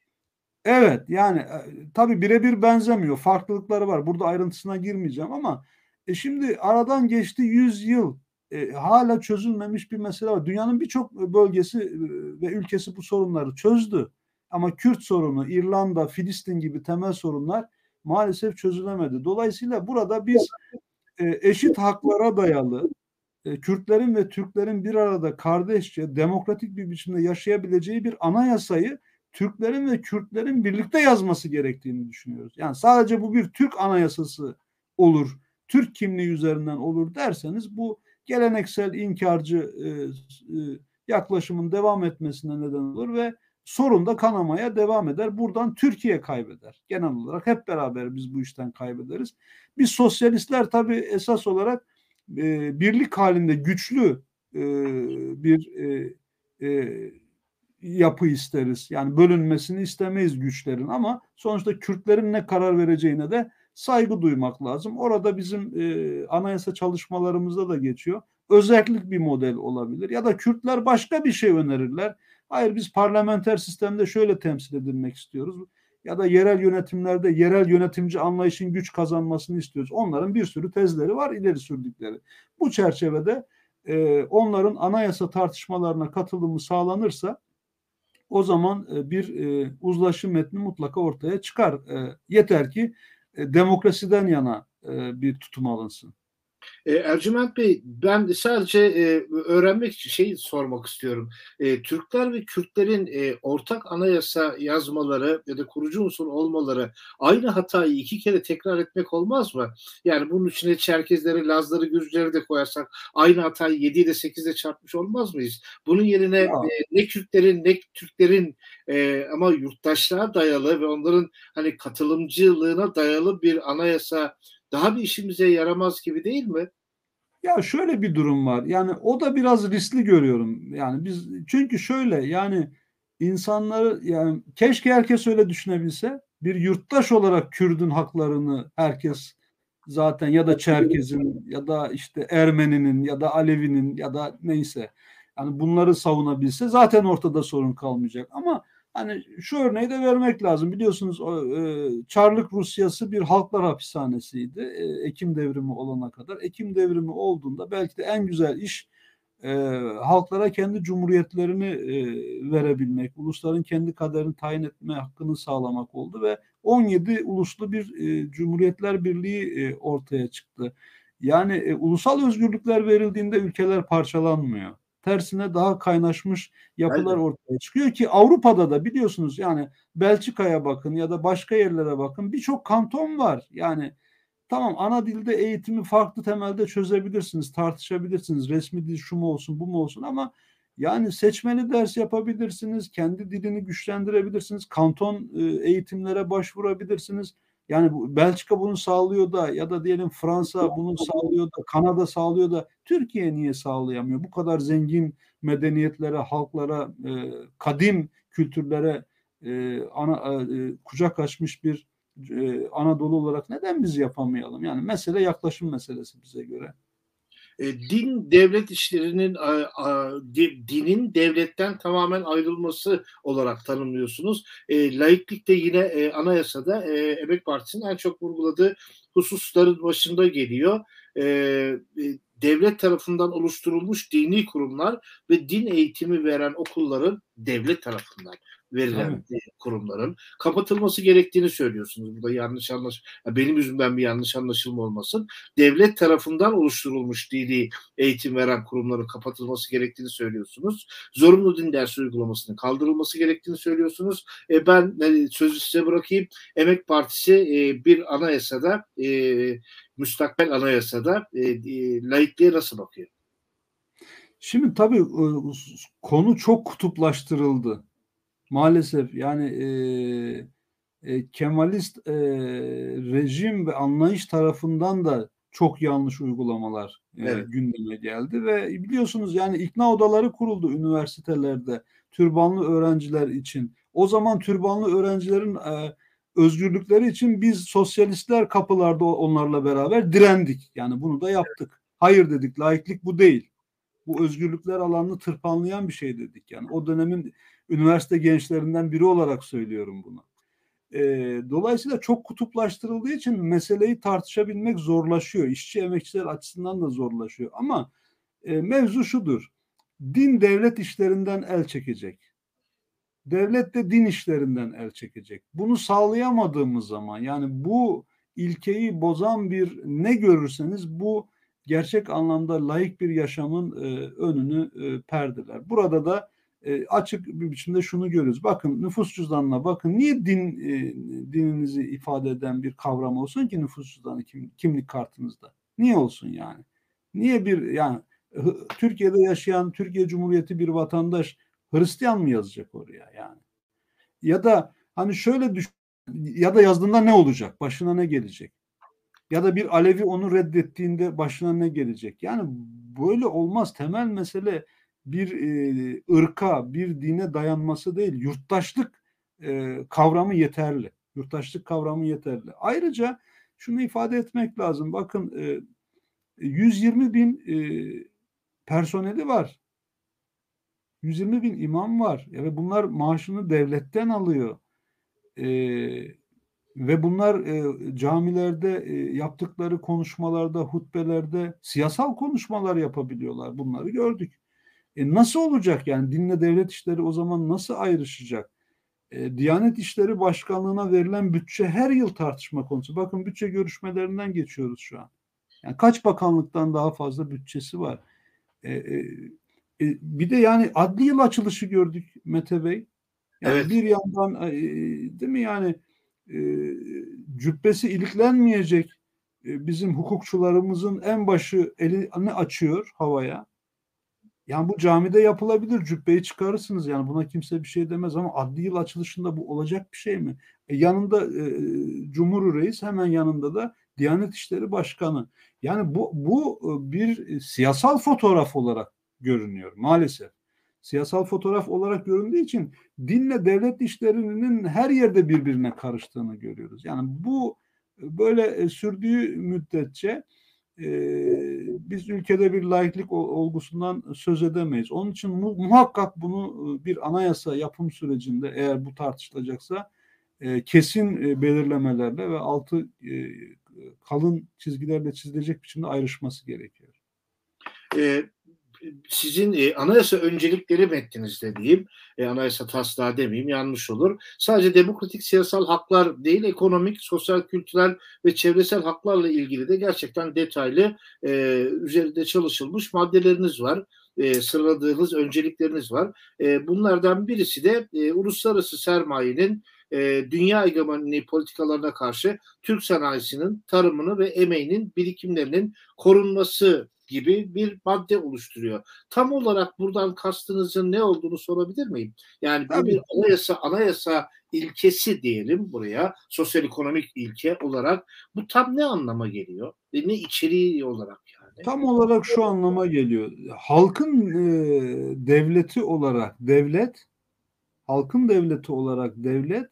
evet yani e, tabii birebir benzemiyor. Farklılıkları var. Burada ayrıntısına girmeyeceğim ama e, şimdi aradan geçti yüz yıl. E, hala çözülmemiş bir mesele var. Dünyanın birçok bölgesi e, ve ülkesi bu sorunları çözdü. Ama Kürt sorunu, İrlanda, Filistin gibi temel sorunlar maalesef çözülemedi. Dolayısıyla burada biz e, eşit haklara dayalı, e, Kürtlerin ve Türklerin bir arada kardeşçe, demokratik bir biçimde yaşayabileceği bir anayasayı Türklerin ve Kürtlerin birlikte yazması gerektiğini düşünüyoruz. Yani sadece bu bir Türk anayasası olur, Türk kimliği üzerinden olur derseniz, bu geleneksel inkarcı e, e, yaklaşımın devam etmesine neden olur ve sorun da kanamaya devam eder. Buradan Türkiye kaybeder. Genel olarak hep beraber biz bu işten kaybederiz. Biz sosyalistler tabii esas olarak e, birlik halinde güçlü e, bir e, e, yapı isteriz. Yani bölünmesini istemeyiz güçlerin, ama sonuçta Kürtlerin ne karar vereceğine de saygı duymak lazım. Orada bizim e, anayasa çalışmalarımızda da geçiyor. özellik bir model olabilir. Ya da Kürtler başka bir şey önerirler. Hayır, biz parlamenter sistemde şöyle temsil edilmek istiyoruz. Ya da yerel yönetimlerde yerel yönetimci anlayışın güç kazanmasını istiyoruz. Onların bir sürü tezleri var ileri sürdükleri. Bu çerçevede e, onların anayasa tartışmalarına katılımı sağlanırsa o zaman e, bir e, uzlaşı metni mutlaka ortaya çıkar. E, yeter ki e, demokrasiden yana e, bir tutum alınsın. E, Ercüment Bey, ben sadece e, öğrenmek için şey sormak istiyorum. E, Türkler ve Kürtlerin e, ortak anayasa yazmaları ya da kurucu unsur olmaları aynı hatayı iki kere tekrar etmek olmaz mı? Yani bunun içine Çerkezleri, Lazları, Gürcüleri de koyarsak aynı hatayı yedi ile sekizle çarpmış olmaz mıyız? Bunun yerine Ya, e, ne Kürtlerin ne Türklerin e, ama yurttaşlığa dayalı ve onların hani katılımcılığına dayalı bir anayasa daha bir işimize yaramaz gibi değil mi? ya şöyle bir durum var. Yani o da biraz riskli görüyorum. Yani biz çünkü şöyle yani insanları yani keşke herkes öyle düşünebilse. Bir yurttaş olarak Kürdün haklarını herkes zaten ya da Çerkez'in ya da işte Ermeninin ya da Alevi'nin ya da neyse yani bunları savunabilse zaten ortada sorun kalmayacak. Ama hani şu örneği de vermek lazım. Biliyorsunuz o, e, Çarlık Rusyası bir halklar hapishanesiydi. E, Ekim devrimi olana kadar. Ekim devrimi olduğunda belki de en güzel iş e, halklara kendi cumhuriyetlerini e, verebilmek, ulusların kendi kaderini tayin etme hakkını sağlamak oldu ve on yedi uluslu bir e, Cumhuriyetler Birliği e, ortaya çıktı. Yani e, ulusal özgürlükler verildiğinde ülkeler parçalanmıyor. Tersine daha kaynaşmış yapılar Elbette. ortaya çıkıyor ki Avrupa'da da biliyorsunuz yani Belçika'ya bakın ya da başka yerlere bakın birçok kanton var. Yani tamam, ana dilde eğitimi farklı temelde çözebilirsiniz, tartışabilirsiniz. Resmi dil şu mu olsun, bu mu olsun ama yani seçmeli ders yapabilirsiniz, kendi dilini güçlendirebilirsiniz, kanton e, eğitimlere başvurabilirsiniz. Yani bu, Belçika bunu sağlıyor da ya da diyelim Fransa bunu sağlıyor da Kanada sağlıyor da Türkiye niye sağlayamıyor? Bu kadar zengin medeniyetlere, halklara, e, kadim kültürlere e, ana, e, kucak açmış bir e, Anadolu olarak neden biz yapamayalım? Yani mesele yaklaşım meselesi bize göre. E, din devlet işlerinin a, a, di, dinin devletten tamamen ayrılması olarak tanımlıyorsunuz. E, laiklik de yine e, anayasada e, Emek Partisi'nin en çok vurguladığı hususların başında geliyor. E, e, devlet tarafından oluşturulmuş dini kurumlar ve din eğitimi veren okulların devlet tarafından verilen Tabii. e, kurumların kapatılması gerektiğini söylüyorsunuz. Burada yanlış anlaş, benim yüzümden bir yanlış anlaşılma olmasın. Devlet tarafından oluşturulmuş dini eğitim veren kurumların kapatılması gerektiğini söylüyorsunuz. Zorunlu din dersi uygulamasının kaldırılması gerektiğini söylüyorsunuz. E, ben e, sözü size bırakayım. Emek Partisi e, bir anayasada, e, müstakbel anayasada e, e, laikliğe nasıl bakıyor? Şimdi tabii e, konu çok kutuplaştırıldı. Maalesef yani e, e, Kemalist e, rejim ve anlayış tarafından da çok yanlış uygulamalar e, Evet. gündeme geldi ve biliyorsunuz yani ikna odaları kuruldu üniversitelerde türbanlı öğrenciler için. O zaman türbanlı öğrencilerin e, özgürlükleri için biz sosyalistler kapılarda onlarla beraber direndik. Yani bunu da yaptık. Hayır dedik, laiklik bu değil. Bu özgürlükler alanını tırpanlayan bir şey dedik. Yani o dönemin üniversite gençlerinden biri olarak söylüyorum bunu. E, dolayısıyla çok kutuplaştırıldığı için meseleyi tartışabilmek zorlaşıyor. İşçi emekçiler açısından da zorlaşıyor. Ama e, mevzu şudur. Din devlet işlerinden el çekecek. Devlet de din işlerinden el çekecek. Bunu sağlayamadığımız zaman yani bu ilkeyi bozan bir ne görürseniz bu gerçek anlamda laik bir yaşamın e, önünü e, perdeler. Burada da e, açık bir biçimde şunu görüyoruz. Bakın nüfus cüzdanına bakın. Niye din e, dininizi ifade eden bir kavram olsun ki nüfus cüzdanı kim, kimlik kartınızda? Niye olsun yani? Niye bir yani Türkiye'de yaşayan Türkiye Cumhuriyeti bir vatandaş Hristiyan mı yazacak oraya yani? Ya da hani şöyle düşün, ya da yazdığında ne olacak? Başına ne gelecek? Ya da bir Alevi onu reddettiğinde başına ne gelecek? Yani böyle olmaz. Temel mesele bir e, ırka, bir dine dayanması değil. Yurttaşlık e, kavramı yeterli. Yurttaşlık kavramı yeterli. Ayrıca şunu ifade etmek lazım. Bakın e, yüz yirmi bin e, personeli var. yüz yirmi bin imam var. Ve bunlar maaşını devletten alıyor. E, ve bunlar e, camilerde e, yaptıkları konuşmalarda, hutbelerde siyasal konuşmalar yapabiliyorlar. Bunları gördük. E, nasıl olacak yani? Dinle devlet işleri o zaman nasıl ayrışacak? E, Diyanet İşleri Başkanlığı'na verilen bütçe her yıl tartışma konusu. Bakın bütçe görüşmelerinden geçiyoruz şu an. Yani kaç bakanlıktan daha fazla bütçesi var. E, e, e, bir de yani adli yıl açılışı gördük Mete Bey. Yani Evet. bir yandan e, değil mi yani e, cübbesi iliklenmeyecek e, bizim hukukçularımızın en başı elini açıyor havaya. Yani bu camide yapılabilir. Cübbeyi çıkarırsınız. Yani buna kimse bir şey demez ama adli yıl açılışında bu olacak bir şey mi? E, yanında e, Cumhur Reis, hemen yanında da Diyanet İşleri Başkanı. Yani bu, bu e, bir siyasal fotoğraf olarak görünüyor maalesef. Siyasal fotoğraf olarak göründüğü için dinle devlet işlerinin her yerde birbirine karıştığını görüyoruz. Yani bu böyle e, sürdüğü müddetçe ee, biz ülkede bir laiklik olgusundan söz edemeyiz. Onun için mu muhakkak bunu bir anayasa yapım sürecinde, eğer bu tartışılacaksa, e, kesin e, belirlemelerle ve altı e, kalın çizgilerle çizilecek biçimde ayrışması gerekiyor. E, Sizin e, anayasa öncelikleri metninizde diyeyim, e, anayasa taslağı demeyeyim, yanlış olur. Sadece demokratik siyasal haklar değil, ekonomik, sosyal, kültürel ve çevresel haklarla ilgili de gerçekten detaylı e, üzerinde çalışılmış maddeleriniz var. E, sıraladığınız öncelikleriniz var. E, bunlardan birisi de e, uluslararası sermayenin e, dünya egemenliği politikalarına karşı Türk sanayisinin, tarımını ve emeğinin birikimlerinin korunması gibi bir madde oluşturuyor. Tam olarak buradan kastınızın ne olduğunu sorabilir miyim? Yani bu bir Tabii. anayasa, anayasa ilkesi diyelim buraya, sosyoekonomik ilke olarak. Bu tam ne anlama geliyor? Ve ne içeriği olarak yani? Tam olarak şu anlama geliyor. Halkın e, devleti olarak devlet, halkın devleti olarak devlet,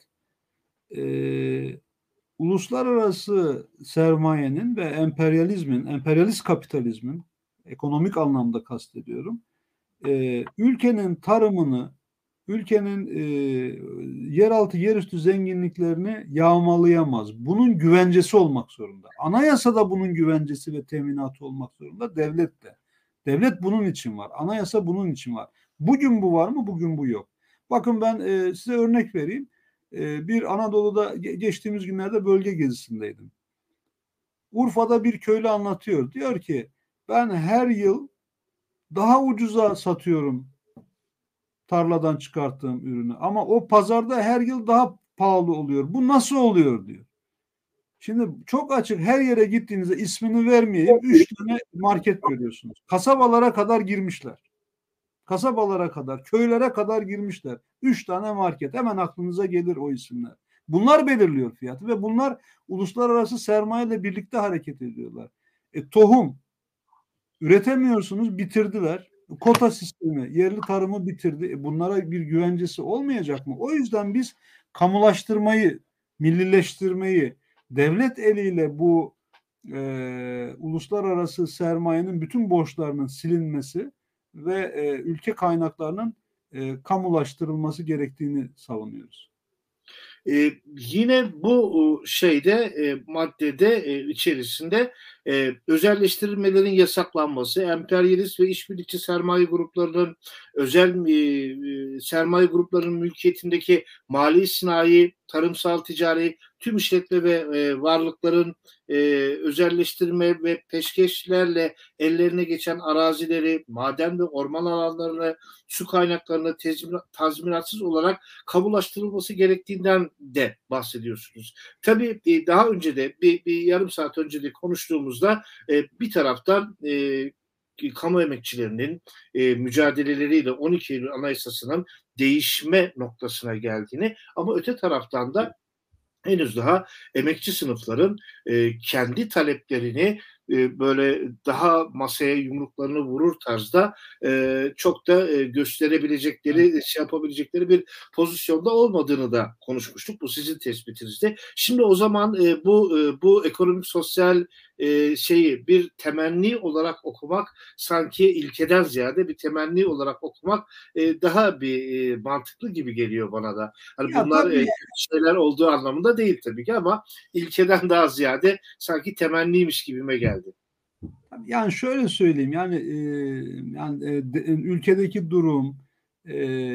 e, uluslararası sermayenin ve emperyalizmin, emperyalist kapitalizmin, ekonomik anlamda kastediyorum, e, ülkenin tarımını, ülkenin e, yeraltı, yerüstü zenginliklerini yağmalayamaz. Bunun güvencesi olmak zorunda. Anayasada bunun güvencesi ve teminatı olmak zorunda, devlet de. Devlet bunun için var. Anayasa bunun için var. Bugün bu var mı? Bugün bu yok. Bakın ben e, size örnek vereyim. E, bir Anadolu'da geçtiğimiz günlerde bölge gezisindeydim. Urfa'da bir köylü anlatıyor. Diyor ki ben her yıl daha ucuza satıyorum tarladan çıkarttığım ürünü. Ama o pazarda her yıl daha pahalı oluyor. Bu nasıl oluyor diyor. Şimdi çok açık, her yere gittiğinizde ismini vermeyeyim, üç tane market görüyorsunuz. Kasabalara kadar girmişler. Kasabalara kadar, köylere kadar girmişler. Üç tane market. Hemen aklınıza gelir o isimler. Bunlar belirliyor fiyatı ve bunlar uluslararası sermayeyle birlikte hareket ediyorlar. E, tohum üretemiyorsunuz, bitirdiler. Kota sistemi, yerli tarımı bitirdi. E, bunlara bir güvencesi olmayacak mı? O yüzden biz kamulaştırmayı, millileştirmeyi, devlet eliyle bu e, uluslararası sermayenin bütün borçlarının silinmesi ve e, ülke kaynaklarının e, kamulaştırılması gerektiğini savunuyoruz. Ee, yine bu şeyde e, maddede e, içerisinde e, özelleştirilmelerin yasaklanması, emperyalist ve işbirlikçi sermaye gruplarının özel e, e, sermaye gruplarının mülkiyetindeki mali sinayi, tarımsal, ticari tüm işletme ve e, varlıkların e, özelleştirme ve peşkeşlerle ellerine geçen arazileri, maden ve orman alanlarını, su kaynaklarını tazminatsız olarak kamulaştırılması gerektiğinden de bahsediyorsunuz. Tabii daha önce de bir, bir yarım saat önce de konuştuğumuzda e, bir taraftan e, kamu emekçilerinin e, mücadeleleriyle on iki Eylül Anayasası'nın değişme noktasına geldiğini, ama öte taraftan da henüz daha emekçi sınıfların e, kendi taleplerini e, böyle daha masaya yumruklarını vurur tarzda e, çok da e, gösterebilecekleri, şey yapabilecekleri bir pozisyonda olmadığını da konuşmuştuk. Bu sizin tespitinizde. Şimdi o zaman e, bu e, bu ekonomik sosyal e, şeyi bir temenni olarak okumak sanki ilkeden ziyade bir temenni olarak okumak e, daha bir e, mantıklı gibi geliyor bana da. Hani Ya bunlar e, tabii, kötü şeyler olduğu anlamında değil tabii ki ama ilkeden daha ziyade sanki temenniymiş gibime geldi. yani şöyle söyleyeyim, yani e, yani e, de- ülkedeki durum, e,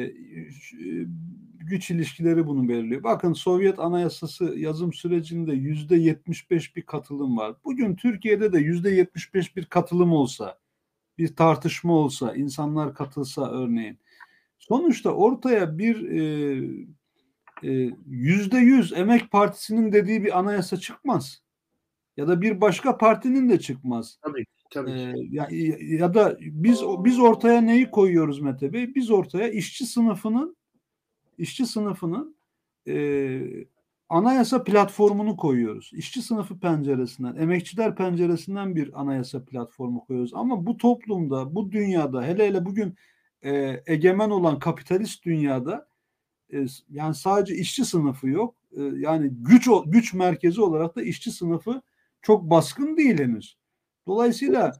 ş- güç ilişkileri bunu belirliyor. Bakın, Sovyet Anayasası yazım sürecinde yüzde yetmiş beş bir katılım var. Bugün Türkiye'de de yüzde yetmiş beş bir katılım olsa, bir tartışma olsa, insanlar katılsa örneğin, sonuçta ortaya bir e, e, yüzde yüz Emek Partisi'nin dediği bir anayasa çıkmaz. Ya da bir başka partinin de çıkmaz. Tabii ki, Ee, tabii ki. ya, ya da biz biz ortaya neyi koyuyoruz Mete Bey? Biz ortaya işçi sınıfının işçi sınıfının e, anayasa platformunu koyuyoruz. İşçi sınıfı penceresinden, emekçiler penceresinden bir anayasa platformu koyuyoruz. Ama bu toplumda, bu dünyada, hele hele bugün e, egemen olan kapitalist dünyada, e, yani sadece işçi sınıfı yok. E, yani güç güç merkezi olarak da işçi sınıfı çok baskın değil henüz. Dolayısıyla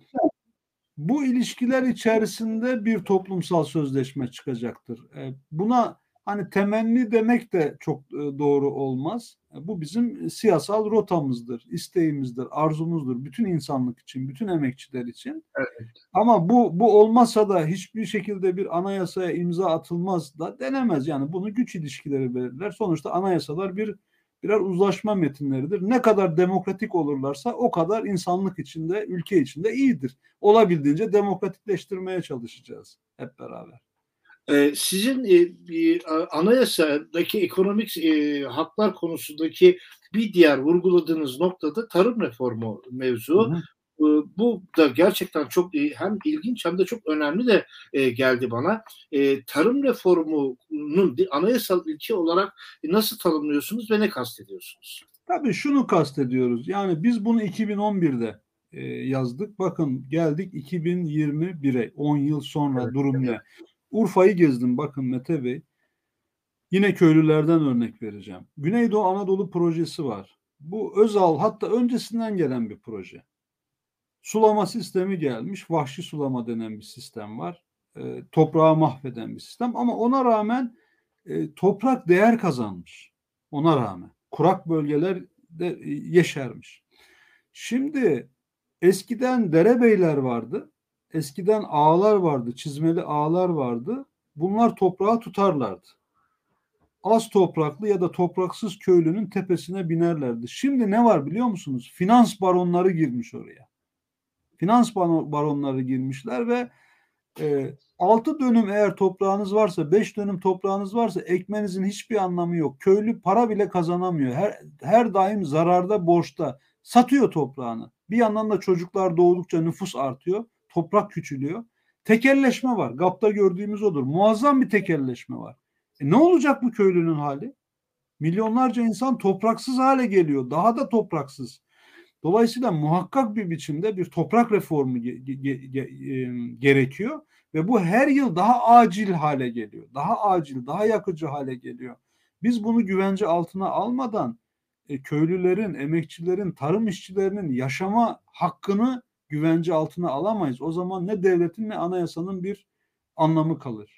bu ilişkiler içerisinde bir toplumsal sözleşme çıkacaktır. E, buna hani temenni demek de çok e, doğru olmaz. E, bu bizim siyasal rotamızdır, isteğimizdir, arzumuzdur. Bütün insanlık için, bütün emekçiler için. Evet. Ama bu bu olmasa da hiçbir şekilde bir anayasaya imza atılmaz da denemez. Yani bunu güç ilişkileri belirler. Sonuçta anayasalar bir birer uzlaşma metinleridir. Ne kadar demokratik olurlarsa o kadar insanlık içinde, ülke içinde iyidir. Olabildiğince demokratikleştirmeye çalışacağız hep beraber. Ee, sizin e, bir, anayasadaki ekonomik e, haklar konusundaki bir diğer vurguladığınız noktada tarım reformu Hı mevzu. hı. E, bu da gerçekten çok e, hem ilginç hem de çok önemli de e, geldi bana. E, tarım reformunun bir anayasal ilke olarak nasıl tanımlıyorsunuz ve ne kastediyorsunuz? Tabii şunu kastediyoruz. Yani biz bunu iki bin on birde e, yazdık. Bakın, geldik iki bin yirmi bire. on yıl sonra Evet, durum evet. ne? Urfa'yı gezdim, bakın Mete Bey. Yine köylülerden örnek vereceğim. Güneydoğu Anadolu projesi var. Bu Özal, hatta öncesinden gelen bir proje. Sulama sistemi gelmiş. Vahşi sulama denen bir sistem var. E, toprağı mahveden bir sistem. Ama ona rağmen e, toprak değer kazanmış. Ona rağmen. Kurak bölgeler de e, yeşermiş. Şimdi eskiden derebeyler vardı. Eskiden ağlar vardı. Çizmeli ağlar vardı. Bunlar toprağı tutarlardı. Az topraklı ya da topraksız köylünün tepesine binerlerdi. Şimdi ne var biliyor musunuz? Finans baronları girmiş oraya. Finans baronları girmişler ve e, altı dönüm eğer toprağınız varsa, beş dönüm toprağınız varsa ekmenizin hiçbir anlamı yok. Köylü para bile kazanamıyor. Her, her daim zararda, borçta. Satıyor toprağını. Bir yandan da çocuklar doğdukça nüfus artıyor. Toprak küçülüyor. Tekelleşme var. GAP'ta gördüğümüz odur. Muazzam bir tekelleşme var. E ne olacak bu köylünün hali? Milyonlarca insan topraksız hale geliyor. Daha da topraksız. Dolayısıyla muhakkak bir biçimde bir toprak reformu ge- ge- ge- e, gerekiyor ve bu her yıl daha acil hale geliyor. Daha acil, daha yakıcı hale geliyor. Biz bunu güvence altına almadan e, köylülerin, emekçilerin, tarım işçilerinin yaşama hakkını güvence altına alamayız. O zaman ne devletin ne anayasanın bir anlamı kalır.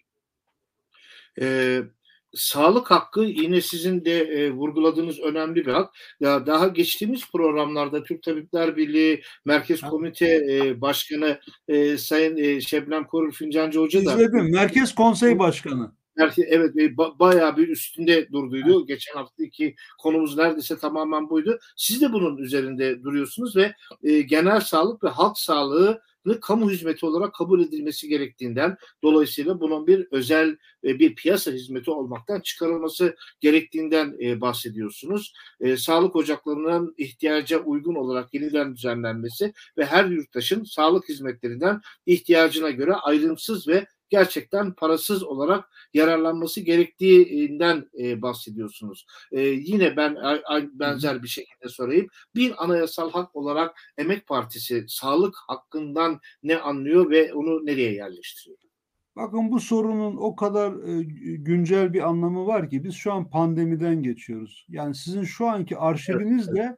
Ee, Sağlık hakkı yine sizin de e, vurguladığınız önemli bir hak. Ya daha geçtiğimiz programlarda Türk Tabipler Birliği Merkez Komite e, Başkanı e, Sayın e, Şebnem Korur Fincancı Hoca da İzledim. Merkez Konsey Başkanı. evet ba- bayağı bir üstünde durduydu. Geçen haftaki konumuz neredeyse tamamen buydu. Siz de bunun üzerinde duruyorsunuz ve e, genel sağlık ve halk sağlığı kamu hizmeti olarak kabul edilmesi gerektiğinden, dolayısıyla bunun bir özel e, bir piyasa hizmeti olmaktan çıkarılması gerektiğinden e, bahsediyorsunuz. E, sağlık ocaklarının ihtiyaca uygun olarak yeniden düzenlenmesi ve her yurttaşın sağlık hizmetlerinden ihtiyacına göre ayrımsız ve gerçekten parasız olarak yararlanması gerektiğinden e, bahsediyorsunuz. E, yine ben a, a, benzer bir şekilde sorayım. Bir anayasal hak olarak Emek Partisi sağlık hakkından ne anlıyor ve onu nereye yerleştiriyor? Bakın, bu sorunun o kadar e, güncel bir anlamı var ki biz şu an pandemiden geçiyoruz. Yani sizin şu anki Evet, evet. arşivinizle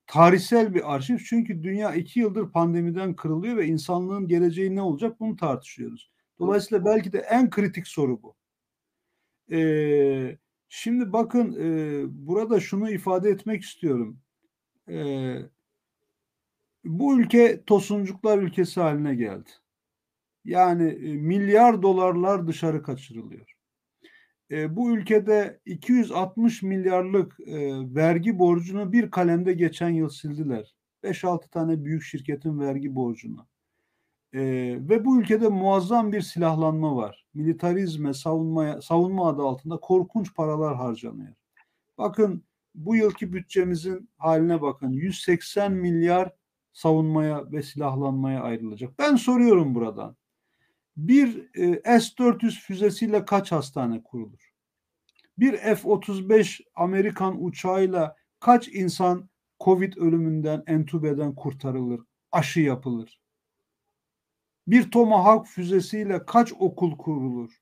tarihsel bir arşiv. Çünkü dünya iki yıldır pandemiden kırılıyor ve insanlığın geleceği ne olacak bunu tartışıyoruz. Dolayısıyla belki de en kritik soru bu. Ee, şimdi bakın e, burada şunu ifade etmek istiyorum. Ee, bu ülke tosuncuklar ülkesi haline geldi. Yani e, milyar dolarlar dışarı kaçırılıyor. E, bu ülkede iki yüz altmış milyarlık e, vergi borcunu bir kalemde geçen yıl sildiler. beş altı tane büyük şirketin vergi borcunu. E, ve bu ülkede muazzam bir silahlanma var. Militarizme, savunmaya, savunma adı altında korkunç paralar harcanıyor. Bakın bu yılki bütçemizin haline bakın. yüz seksen milyar savunmaya ve silahlanmaya ayrılacak. Ben soruyorum buradan. Bir e, S dört yüz füzesiyle kaç hastane kurulur? Bir F otuz beş Amerikan uçağıyla kaç insan Covid ölümünden, entübeden kurtarılır, aşı yapılır? Bir Tomahawk füzesiyle kaç okul kurulur?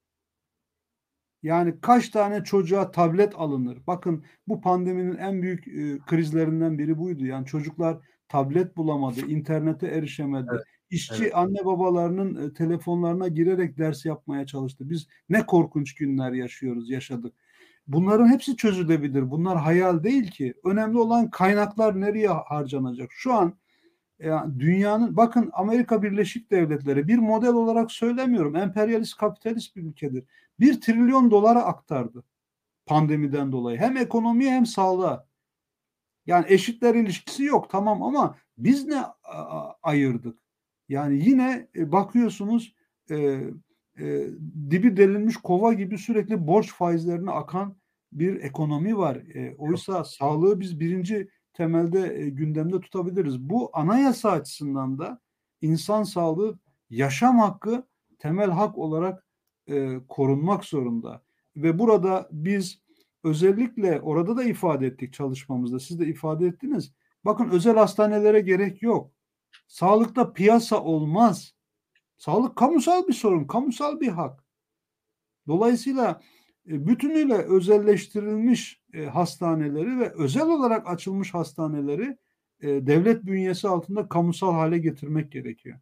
Yani kaç tane çocuğa tablet alınır? Bakın bu pandeminin en büyük e, krizlerinden biri buydu. Yani çocuklar tablet bulamadı, internete erişemedi. Evet, evet. İşçi anne babalarının e, telefonlarına girerek ders yapmaya çalıştı. Biz ne korkunç günler yaşıyoruz, yaşadık. Bunların hepsi çözülebilir. Bunlar hayal değil ki. Önemli olan kaynaklar nereye harcanacak? Şu an yani dünyanın bakın Amerika Birleşik Devletleri bir model olarak söylemiyorum. Emperyalist kapitalist bir ülkedir. Bir trilyon dolara aktardı pandemiden dolayı. Hem ekonomiye hem sağlığa. Yani eşitler ilişkisi yok tamam ama biz ne ayırdık? Yani yine e, bakıyorsunuz e, e, dibi delinmiş kova gibi sürekli borç faizlerine akan bir ekonomi var. E, oysa sağlığı biz birinci temelde e, gündemde tutabiliriz. Bu anayasa açısından da insan sağlığı yaşam hakkı temel hak olarak e, korunmak zorunda. Ve burada biz özellikle orada da ifade ettik çalışmamızda. Siz de ifade ettiniz. Bakın özel hastanelere gerek yok. Sağlıkta piyasa olmaz. Sağlık kamusal bir sorun, kamusal bir hak. Dolayısıyla e, bütünüyle özelleştirilmiş e, hastaneleri ve özel olarak açılmış hastaneleri e, devlet bünyesi altında kamusal hale getirmek gerekiyor.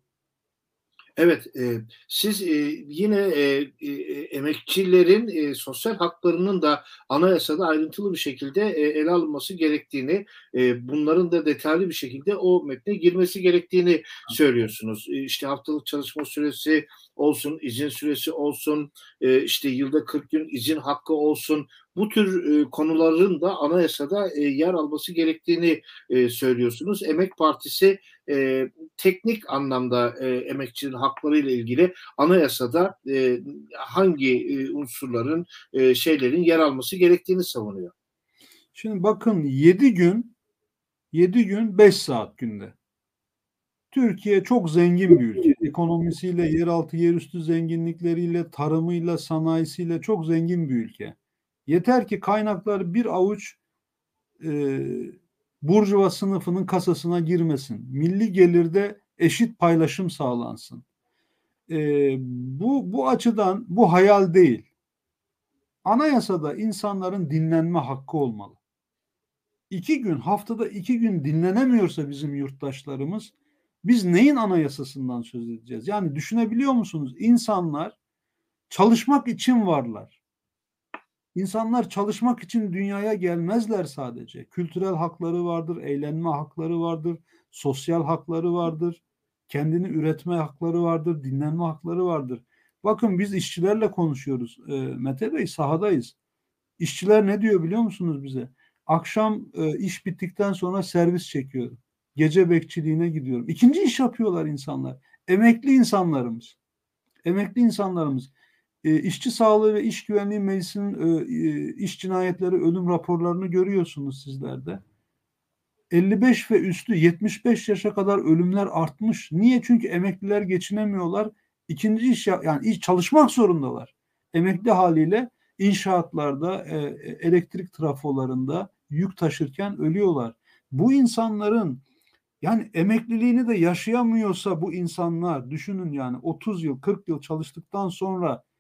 Evet, e, siz e, yine e, e, emekçilerin e, sosyal haklarının da anayasada ayrıntılı bir şekilde e, ele alınması gerektiğini, e, bunların da detaylı bir şekilde o metne girmesi gerektiğini söylüyorsunuz. E, işte haftalık çalışma süresi olsun, izin süresi olsun, e, işte yılda kırk gün izin hakkı olsun. Bu tür e, konuların da anayasada e, yer alması gerektiğini e, söylüyorsunuz. Emek Partisi e, teknik anlamda e, emekçinin hakları ile ilgili anayasada e, hangi e, unsurların, e, şeylerin yer alması gerektiğini savunuyor. Şimdi bakın yedi gün yedi gün beş saat günde. Türkiye çok zengin bir ülke. Ekonomisiyle, yeraltı, yerüstü zenginlikleriyle, tarımıyla, sanayisiyle çok zengin bir ülke. Yeter ki kaynaklar bir avuç e, burjuva sınıfının kasasına girmesin. Milli gelirde eşit paylaşım sağlansın. E, bu, bu açıdan bu hayal değil. Anayasada insanların dinlenme hakkı olmalı. İki gün, haftada iki gün dinlenemiyorsa bizim yurttaşlarımız, biz neyin anayasasından söz edeceğiz? Yani düşünebiliyor musunuz? İnsanlar çalışmak için varlar. İnsanlar çalışmak için dünyaya gelmezler sadece. Kültürel hakları vardır, eğlenme hakları vardır, sosyal hakları vardır, kendini üretme hakları vardır, dinlenme hakları vardır. Bakın biz işçilerle konuşuyoruz. E, Mete Bey sahadayız. İşçiler ne diyor biliyor musunuz bize? Akşam e, iş bittikten sonra servis çekiyorum. Gece bekçiliğine gidiyorum. İkinci iş yapıyorlar insanlar. Emekli insanlarımız. Emekli insanlarımız. E, İşçi Sağlığı ve İş Güvenliği Meclisi'nin e, e, iş cinayetleri ölüm raporlarını görüyorsunuz sizler de. elli beş ve üstü yetmiş beş yaşa kadar ölümler artmış. Niye? Çünkü emekliler geçinemiyorlar. İkinci iş yani iş çalışmak zorundalar. Emekli haliyle inşaatlarda, e, elektrik trafolarında yük taşırken ölüyorlar. Bu insanların yani emekliliğini de yaşayamıyorsa bu insanlar düşünün yani otuz yıl, kırk yıl çalıştıktan sonra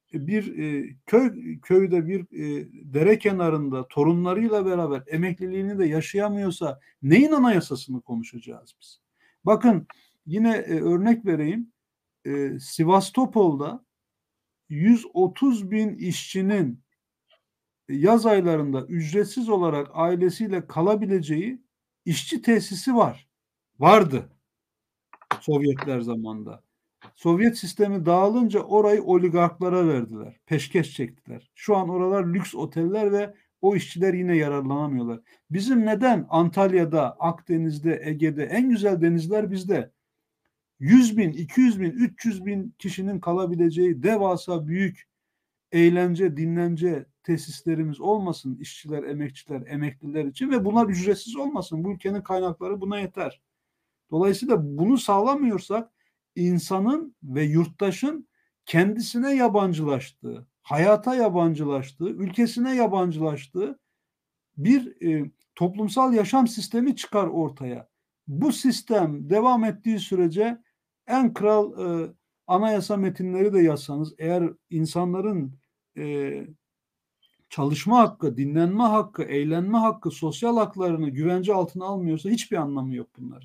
bir e, köy köyde bir e, dere kenarında torunlarıyla beraber emekliliğini de yaşayamıyorsa neyin anayasasını konuşacağız biz? Bakın yine e, örnek vereyim. E, Sivastopol'da yüz otuz bin işçinin yaz aylarında ücretsiz olarak ailesiyle kalabileceği işçi tesisi var. Vardı Sovyetler zamanında. Sovyet sistemi dağılınca orayı oligarklara verdiler. Peşkeş çektiler. Şu an oralar lüks oteller ve o işçiler yine yararlanamıyorlar. Bizim neden Antalya'da, Akdeniz'de, Ege'de en güzel denizler bizde? yüz bin, iki yüz bin, üç yüz bin kişinin kalabileceği devasa büyük eğlence, dinlence tesislerimiz olmasın işçiler, emekçiler, emekliler için ve bunlar ücretsiz olmasın. Bu ülkenin kaynakları buna yeter. Dolayısıyla bunu sağlamıyorsak insanın ve yurttaşın kendisine yabancılaştığı, hayata yabancılaştığı, ülkesine yabancılaştığı bir e, toplumsal yaşam sistemi çıkar ortaya. Bu sistem devam ettiği sürece en kral e, anayasa metinleri de yazsanız, eğer insanların e, çalışma hakkı, dinlenme hakkı, eğlenme hakkı, sosyal haklarını güvence altına almıyorsa hiçbir anlamı yok bunların.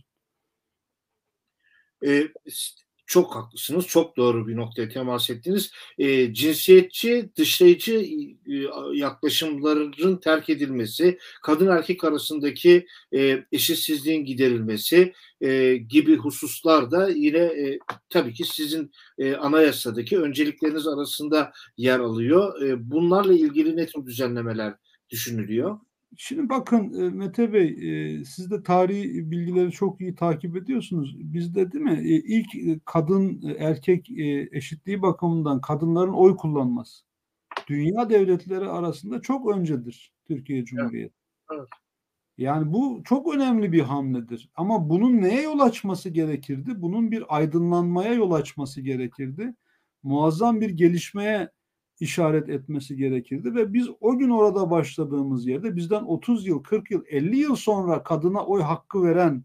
E, çok haklısınız. Çok doğru bir noktaya temas ettiniz. E, cinsiyetçi, dışlayıcı e, yaklaşımların terk edilmesi, kadın erkek arasındaki e, eşitsizliğin giderilmesi e, gibi hususlar da yine e, tabii ki sizin e, anayasadaki öncelikleriniz arasında yer alıyor. E, bunlarla ilgili ne tür düzenlemeler düşünülüyor? Şimdi bakın Mete Bey, siz de tarihi bilgileri çok iyi takip ediyorsunuz. Bizde değil mi? İlk kadın erkek eşitliği bakımından kadınların oy kullanması dünya devletleri arasında çok öncedir Türkiye Cumhuriyeti. Evet, evet. Yani bu çok önemli bir hamledir. Ama bunun neye yol açması gerekirdi? Bunun bir aydınlanmaya yol açması gerekirdi. Muazzam bir gelişmeye işaret etmesi gerekirdi ve biz o gün orada başladığımız yerde bizden otuz yıl, kırk yıl, elli yıl sonra kadına oy hakkı veren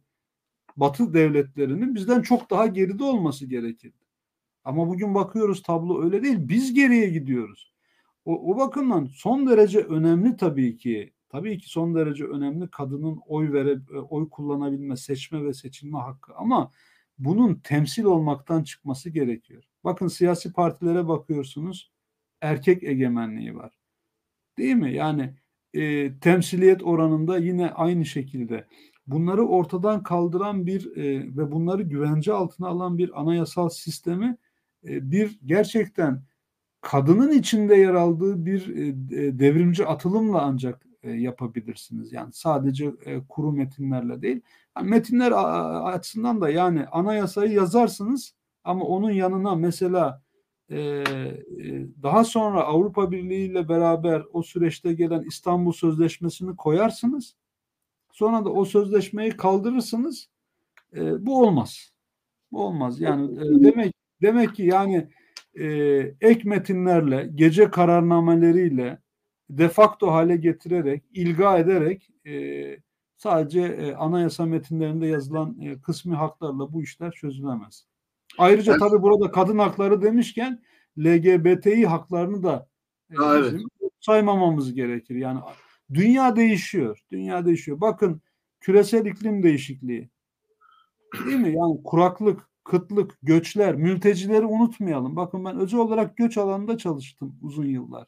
Batı devletlerinin bizden çok daha geride olması gerekirdi. Ama bugün bakıyoruz tablo öyle değil. Biz geriye gidiyoruz. O, o bakımdan son derece önemli tabii ki. Tabii ki son derece önemli kadının oy vere, oy kullanabilme, seçme ve seçilme hakkı. Ama bunun temsil olmaktan çıkması gerekiyor. Bakın siyasi partilere bakıyorsunuz, erkek egemenliği var. Değil mi? Yani e, temsiliyet oranında yine aynı şekilde. Bunları ortadan kaldıran bir e, ve bunları güvence altına alan bir anayasal sistemi e, bir gerçekten kadının içinde yer aldığı bir e, devrimci atılımla ancak e, yapabilirsiniz. Yani sadece e, kuru metinlerle değil. Yani metinler açısından da yani anayasayı yazarsınız ama onun yanına mesela e, daha sonra Avrupa Birliği ile beraber o süreçte gelen İstanbul Sözleşmesi'ni koyarsınız. Sonra da o sözleşmeyi kaldırırsınız. E, bu olmaz. Bu olmaz. Yani e, demek demek ki yani e, ek metinlerle, gece kararnameleriyle de facto hale getirerek, ilga ederek e, sadece e, anayasa metinlerinde yazılan e, kısmi haklarla bu işler çözülemez. Ayrıca Evet. tabii burada kadın hakları demişken L G B T İ haklarını da e, Ha, evet. bizim saymamamız gerekir. Yani dünya değişiyor. Dünya değişiyor. Bakın küresel iklim değişikliği. Değil mi? Yani kuraklık, kıtlık, göçler, mültecileri unutmayalım. Bakın ben özel olarak göç alanında çalıştım uzun yıllar.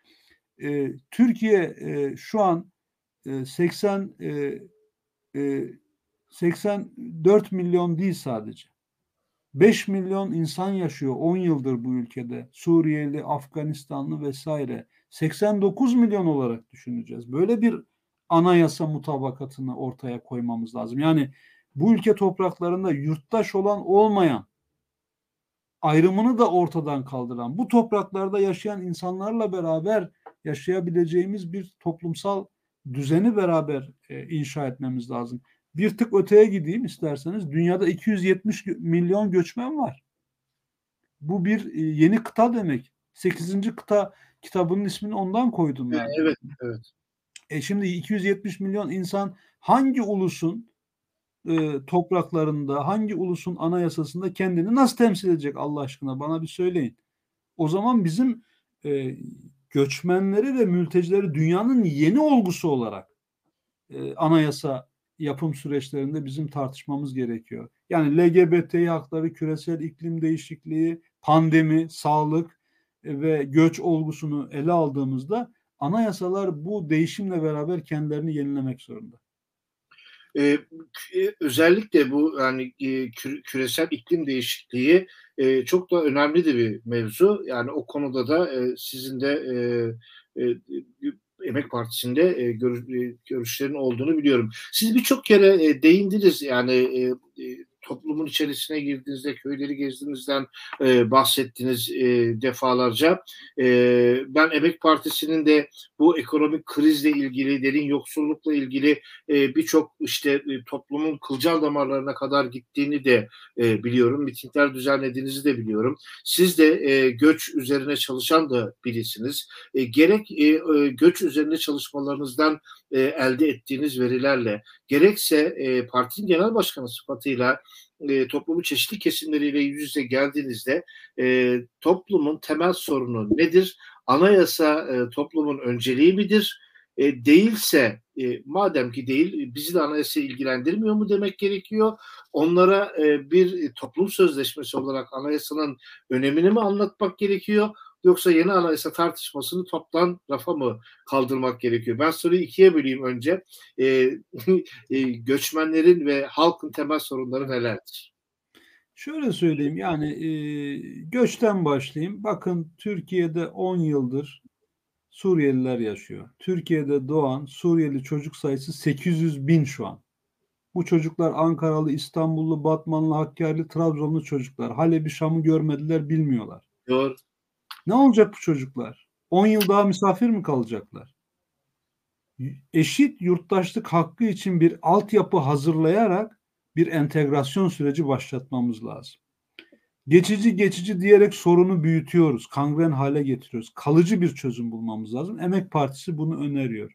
Ee, Türkiye e, şu an e, seksen e, e, seksen dört milyon değil sadece. beş milyon insan yaşıyor on yıldır bu ülkede. Suriyeli, Afganistanlı vesaire. seksen dokuz milyon olarak düşüneceğiz. Böyle bir anayasa mutabakatını ortaya koymamız lazım. Yani bu ülke topraklarında yurttaş olan olmayan, ayrımını da ortadan kaldıran, bu topraklarda yaşayan insanlarla beraber yaşayabileceğimiz bir toplumsal düzeni beraber e, inşa etmemiz lazım. Bir tık öteye gideyim isterseniz. Dünyada iki yüz yetmiş milyon göçmen var. Bu bir e, yeni kıta demek. sekizinci kıta kitabının ismini ondan koydum ben. Evet, evet. E şimdi iki yüz yetmiş milyon insan hangi ulusun e, topraklarında, hangi ulusun anayasasında kendini nasıl temsil edecek Allah aşkına bana bir söyleyin. O zaman bizim e, göçmenleri ve mültecileri dünyanın yeni olgusu olarak e, anayasa yapım süreçlerinde bizim tartışmamız gerekiyor. Yani L G B T hakları, küresel iklim değişikliği, pandemi, sağlık e, ve göç olgusunu ele aldığımızda anayasalar bu değişimle beraber kendilerini yenilemek zorunda. Ee, özellikle bu yani e, küresel iklim değişikliği e, çok da önemli de bir mevzu. Yani o konuda da e, sizin de e, e, Emek Partisi'nde e, gör, e, görüşlerin olduğunu biliyorum. Siz birçok kere e, değindiniz yani e, e, toplumun içerisine girdiğinizde, köyleri gezdiğinizden e, bahsettiniz e, defalarca. E, ben Emek Partisi'nin de bu ekonomik krizle ilgili, derin yoksullukla ilgili e, birçok işte e, toplumun kılcal damarlarına kadar gittiğini de e, biliyorum. Mitingler düzenlediğinizi de biliyorum. Siz de e, göç üzerine çalışan da birisiniz. E, gerek e, e, göç üzerine çalışmalarınızdan e, elde ettiğiniz verilerle, gerekse e, partinin genel başkanı sıfatıyla e, toplumun çeşitli kesimleriyle yüz yüze geldiğinizde e, toplumun temel sorunu nedir? Anayasa e, toplumun önceliği midir? E, değilse e, madem ki değil bizi de anayasa ilgilendirmiyor mu demek gerekiyor. Onlara e, bir toplum sözleşmesi olarak anayasanın önemini mi anlatmak gerekiyor? Yoksa yeni anayasa tartışmasını toptan rafa mı kaldırmak gerekiyor? Ben soruyu ikiye böleyim önce. E, e, göçmenlerin ve halkın temel sorunları nelerdir? Şöyle söyleyeyim yani e, göçten başlayayım. Bakın Türkiye'de on yıldır Suriyeliler yaşıyor. Türkiye'de doğan Suriyeli çocuk sayısı sekiz yüz bin şu an. Bu çocuklar Ankaralı, İstanbullu, Batmanlı, Hakkari'li, Trabzonlu çocuklar. Halep'i, Şam'ı görmediler, bilmiyorlar. Doğru. Ne olacak bu çocuklar? on yıl daha misafir mi kalacaklar? Eşit yurttaşlık hakkı için bir altyapı hazırlayarak bir entegrasyon süreci başlatmamız lazım. Geçici geçici diyerek sorunu büyütüyoruz, kangren hale getiriyoruz. Kalıcı bir çözüm bulmamız lazım. Emek Partisi bunu öneriyor.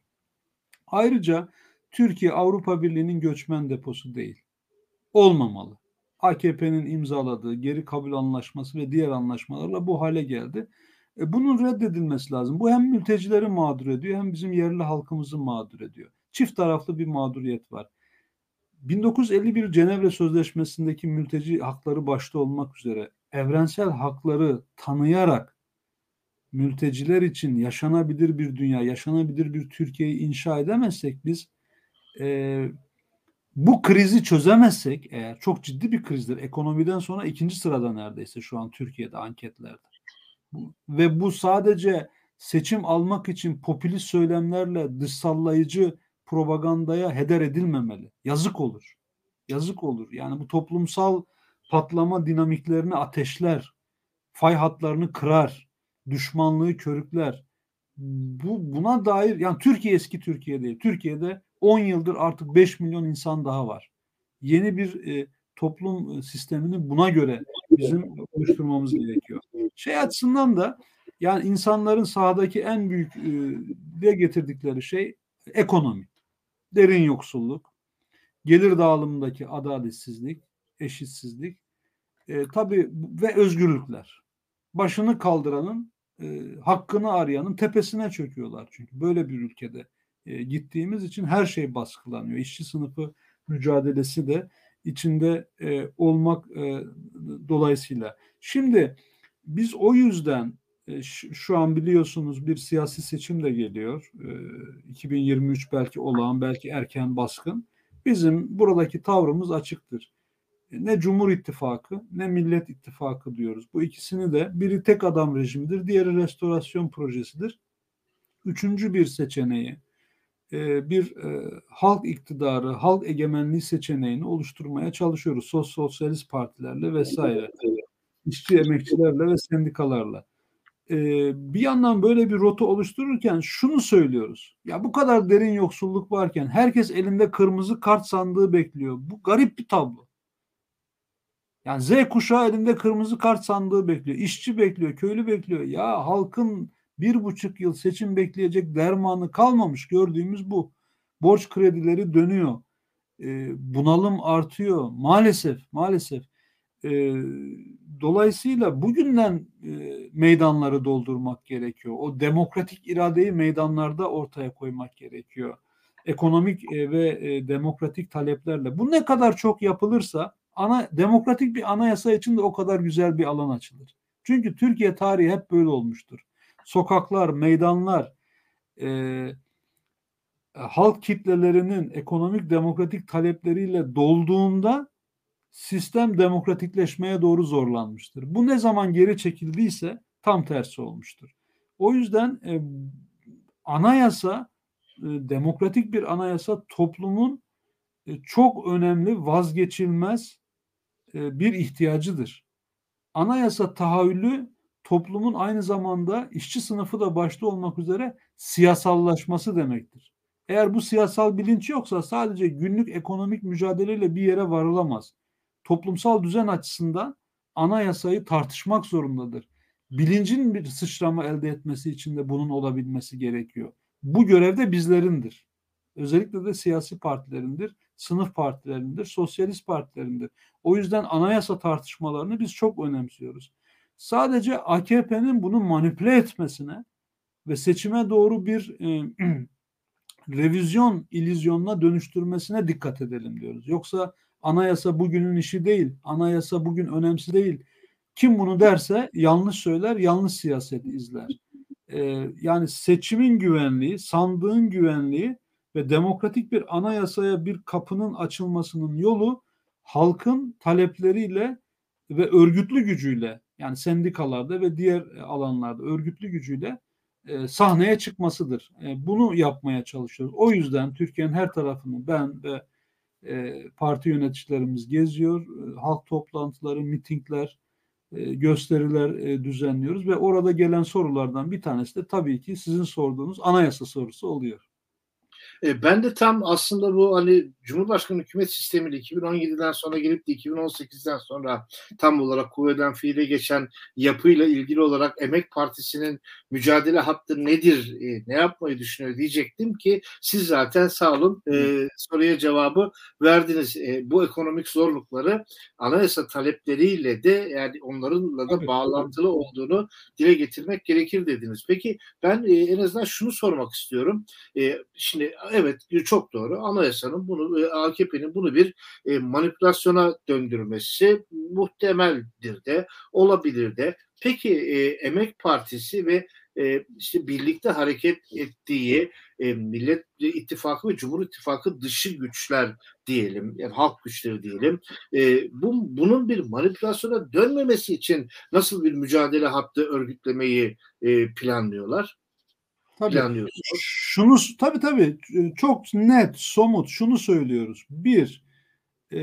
Ayrıca Türkiye Avrupa Birliği'nin göçmen deposu değil. Olmamalı. A K P'nin imzaladığı geri kabul anlaşması ve diğer anlaşmalarla bu hale geldi. E, bunun reddedilmesi lazım. Bu hem mültecileri mağdur ediyor hem bizim yerli halkımızı mağdur ediyor. Çift taraflı bir mağduriyet var. bin dokuz yüz elli bir Cenevre Sözleşmesi'ndeki mülteci hakları başta olmak üzere evrensel hakları tanıyarak mülteciler için yaşanabilir bir dünya, yaşanabilir bir Türkiye'yi inşa edemezsek biz e, bu krizi çözemezsek eğer çok ciddi bir krizdir. Ekonomiden sonra ikinci sırada neredeyse şu an Türkiye'de anketlerde. Bu, ve bu sadece seçim almak için popülist söylemlerle dışsallayıcı propagandaya heder edilmemeli. Yazık olur. Yazık olur. Yani bu toplumsal patlama dinamiklerini ateşler, fay hatlarını kırar, düşmanlığı körükler. Bu buna dair yani Türkiye eski Türkiye değil. Türkiye'de on yıldır artık beş milyon insan daha var. Yeni bir e, toplum sistemini buna göre bizim oluşturmamız gerekiyor. Şey açısından da yani insanların sahadaki en büyük e, dile getirdikleri şey ekonomi, derin yoksulluk, gelir dağılımındaki adaletsizlik, eşitsizlik, e, tabii ve özgürlükler. Başını kaldıranın, e, hakkını arayanın tepesine çöküyorlar. Çünkü böyle bir ülkede e, gittiğimiz için her şey baskılanıyor. İşçi sınıfı mücadelesi de içinde e, olmak e, dolayısıyla. Şimdi biz o yüzden e, şu an biliyorsunuz bir siyasi seçim de geliyor. E, iki bin yirmi üç belki olağan, belki erken baskın. Bizim buradaki tavrımız açıktır. Ne Cumhur İttifakı ne Millet İttifakı diyoruz. Bu ikisini de biri tek adam rejimidir, diğeri restorasyon projesidir. Üçüncü bir seçeneği, e, bir e, halk iktidarı, halk egemenliği seçeneğini oluşturmaya çalışıyoruz. Sos sosyalist partilerle vesaire, işçi emekçilerle ve sendikalarla. E, bir yandan böyle bir rota oluştururken şunu söylüyoruz. Ya bu kadar derin yoksulluk varken herkes elinde kırmızı kart sandığı bekliyor. Bu garip bir tablo. Yani Z kuşağı elinde kırmızı kart sandığı bekliyor. İşçi bekliyor, köylü bekliyor. Ya halkın bir buçuk yıl seçim bekleyecek dermanı kalmamış. Gördüğümüz bu. Borç kredileri dönüyor. E, bunalım artıyor. Maalesef, maalesef. E, dolayısıyla bugünden e, meydanları doldurmak gerekiyor. O demokratik iradeyi meydanlarda ortaya koymak gerekiyor. Ekonomik e, ve e, demokratik taleplerle. Bu ne kadar çok yapılırsa ana demokratik bir anayasa için de o kadar güzel bir alan açılır. Çünkü Türkiye tarihi hep böyle olmuştur. Sokaklar, meydanlar, e, halk kitlelerinin ekonomik demokratik talepleriyle dolduğunda sistem demokratikleşmeye doğru zorlanmıştır. Bu ne zaman geri çekildiyse tam tersi olmuştur. O yüzden e, anayasa, e, demokratik bir anayasa toplumun e, çok önemli, vazgeçilmez e, bir ihtiyacıdır. Anayasa tahayyülü toplumun aynı zamanda işçi sınıfı da başta olmak üzere siyasallaşması demektir. Eğer bu siyasal bilinç yoksa sadece günlük ekonomik mücadeleyle bir yere varılamaz. Toplumsal düzen açısından anayasayı tartışmak zorundadır. Bilincin bir sıçrama elde etmesi için de bunun olabilmesi gerekiyor. Bu görev de bizlerindir. Özellikle de siyasi partilerindir, sınıf partilerindir, sosyalist partilerindir. O yüzden anayasa tartışmalarını biz çok önemsiyoruz. Sadece A K P'nin bunu manipüle etmesine ve seçime doğru bir e, revizyon illüzyonuna dönüştürmesine dikkat edelim diyoruz. Yoksa anayasa bugünün işi değil, anayasa bugün önemsiz değil. Kim bunu derse yanlış söyler, yanlış siyaset izler. Ee, yani seçimin güvenliği, sandığın güvenliği ve demokratik bir anayasaya bir kapının açılmasının yolu halkın talepleriyle ve örgütlü gücüyle, yani sendikalarda ve diğer alanlarda örgütlü gücüyle e, sahneye çıkmasıdır. E, bunu yapmaya çalışıyoruz. O yüzden Türkiye'nin her tarafını ben ve e, parti yöneticilerimiz geziyor. E, halk toplantıları, mitingler, e, gösteriler e, düzenliyoruz ve orada gelen sorulardan bir tanesi de tabii ki sizin sorduğunuz anayasa sorusu oluyor. E, ben de tam aslında bu hani Cumhurbaşkanı hükümet sistemiyle iki bin on yediden sonra gelip de iki bin on sekizden sonra tam olarak kuvveden fiile geçen yapıyla ilgili olarak Emek Partisi'nin mücadele hattı nedir, e, ne yapmayı düşünüyor diyecektim ki siz zaten sağ olun e, soruya cevabı verdiniz. E, bu ekonomik zorlukları anayasa talepleriyle de yani onlarınla da Evet, bağlantılı evet. olduğunu dile getirmek gerekir dediniz. Peki ben e, en azından şunu sormak istiyorum. E, şimdi evet çok doğru. Anayasanın bunu A K P'nin bunu bir e, manipülasyona döndürmesi muhtemeldir de olabilir de. Peki e, Emek Partisi ve e, işte birlikte hareket ettiği e, Millet İttifakı ve Cumhur İttifakı dışı güçler diyelim, yani halk güçleri diyelim. E, bu bunun bir manipülasyona dönmemesi için nasıl bir mücadele hattı örgütlemeyi e, planlıyorlar? Tabii. Şunu tabii tabii çok net, somut şunu söylüyoruz. Bir, e,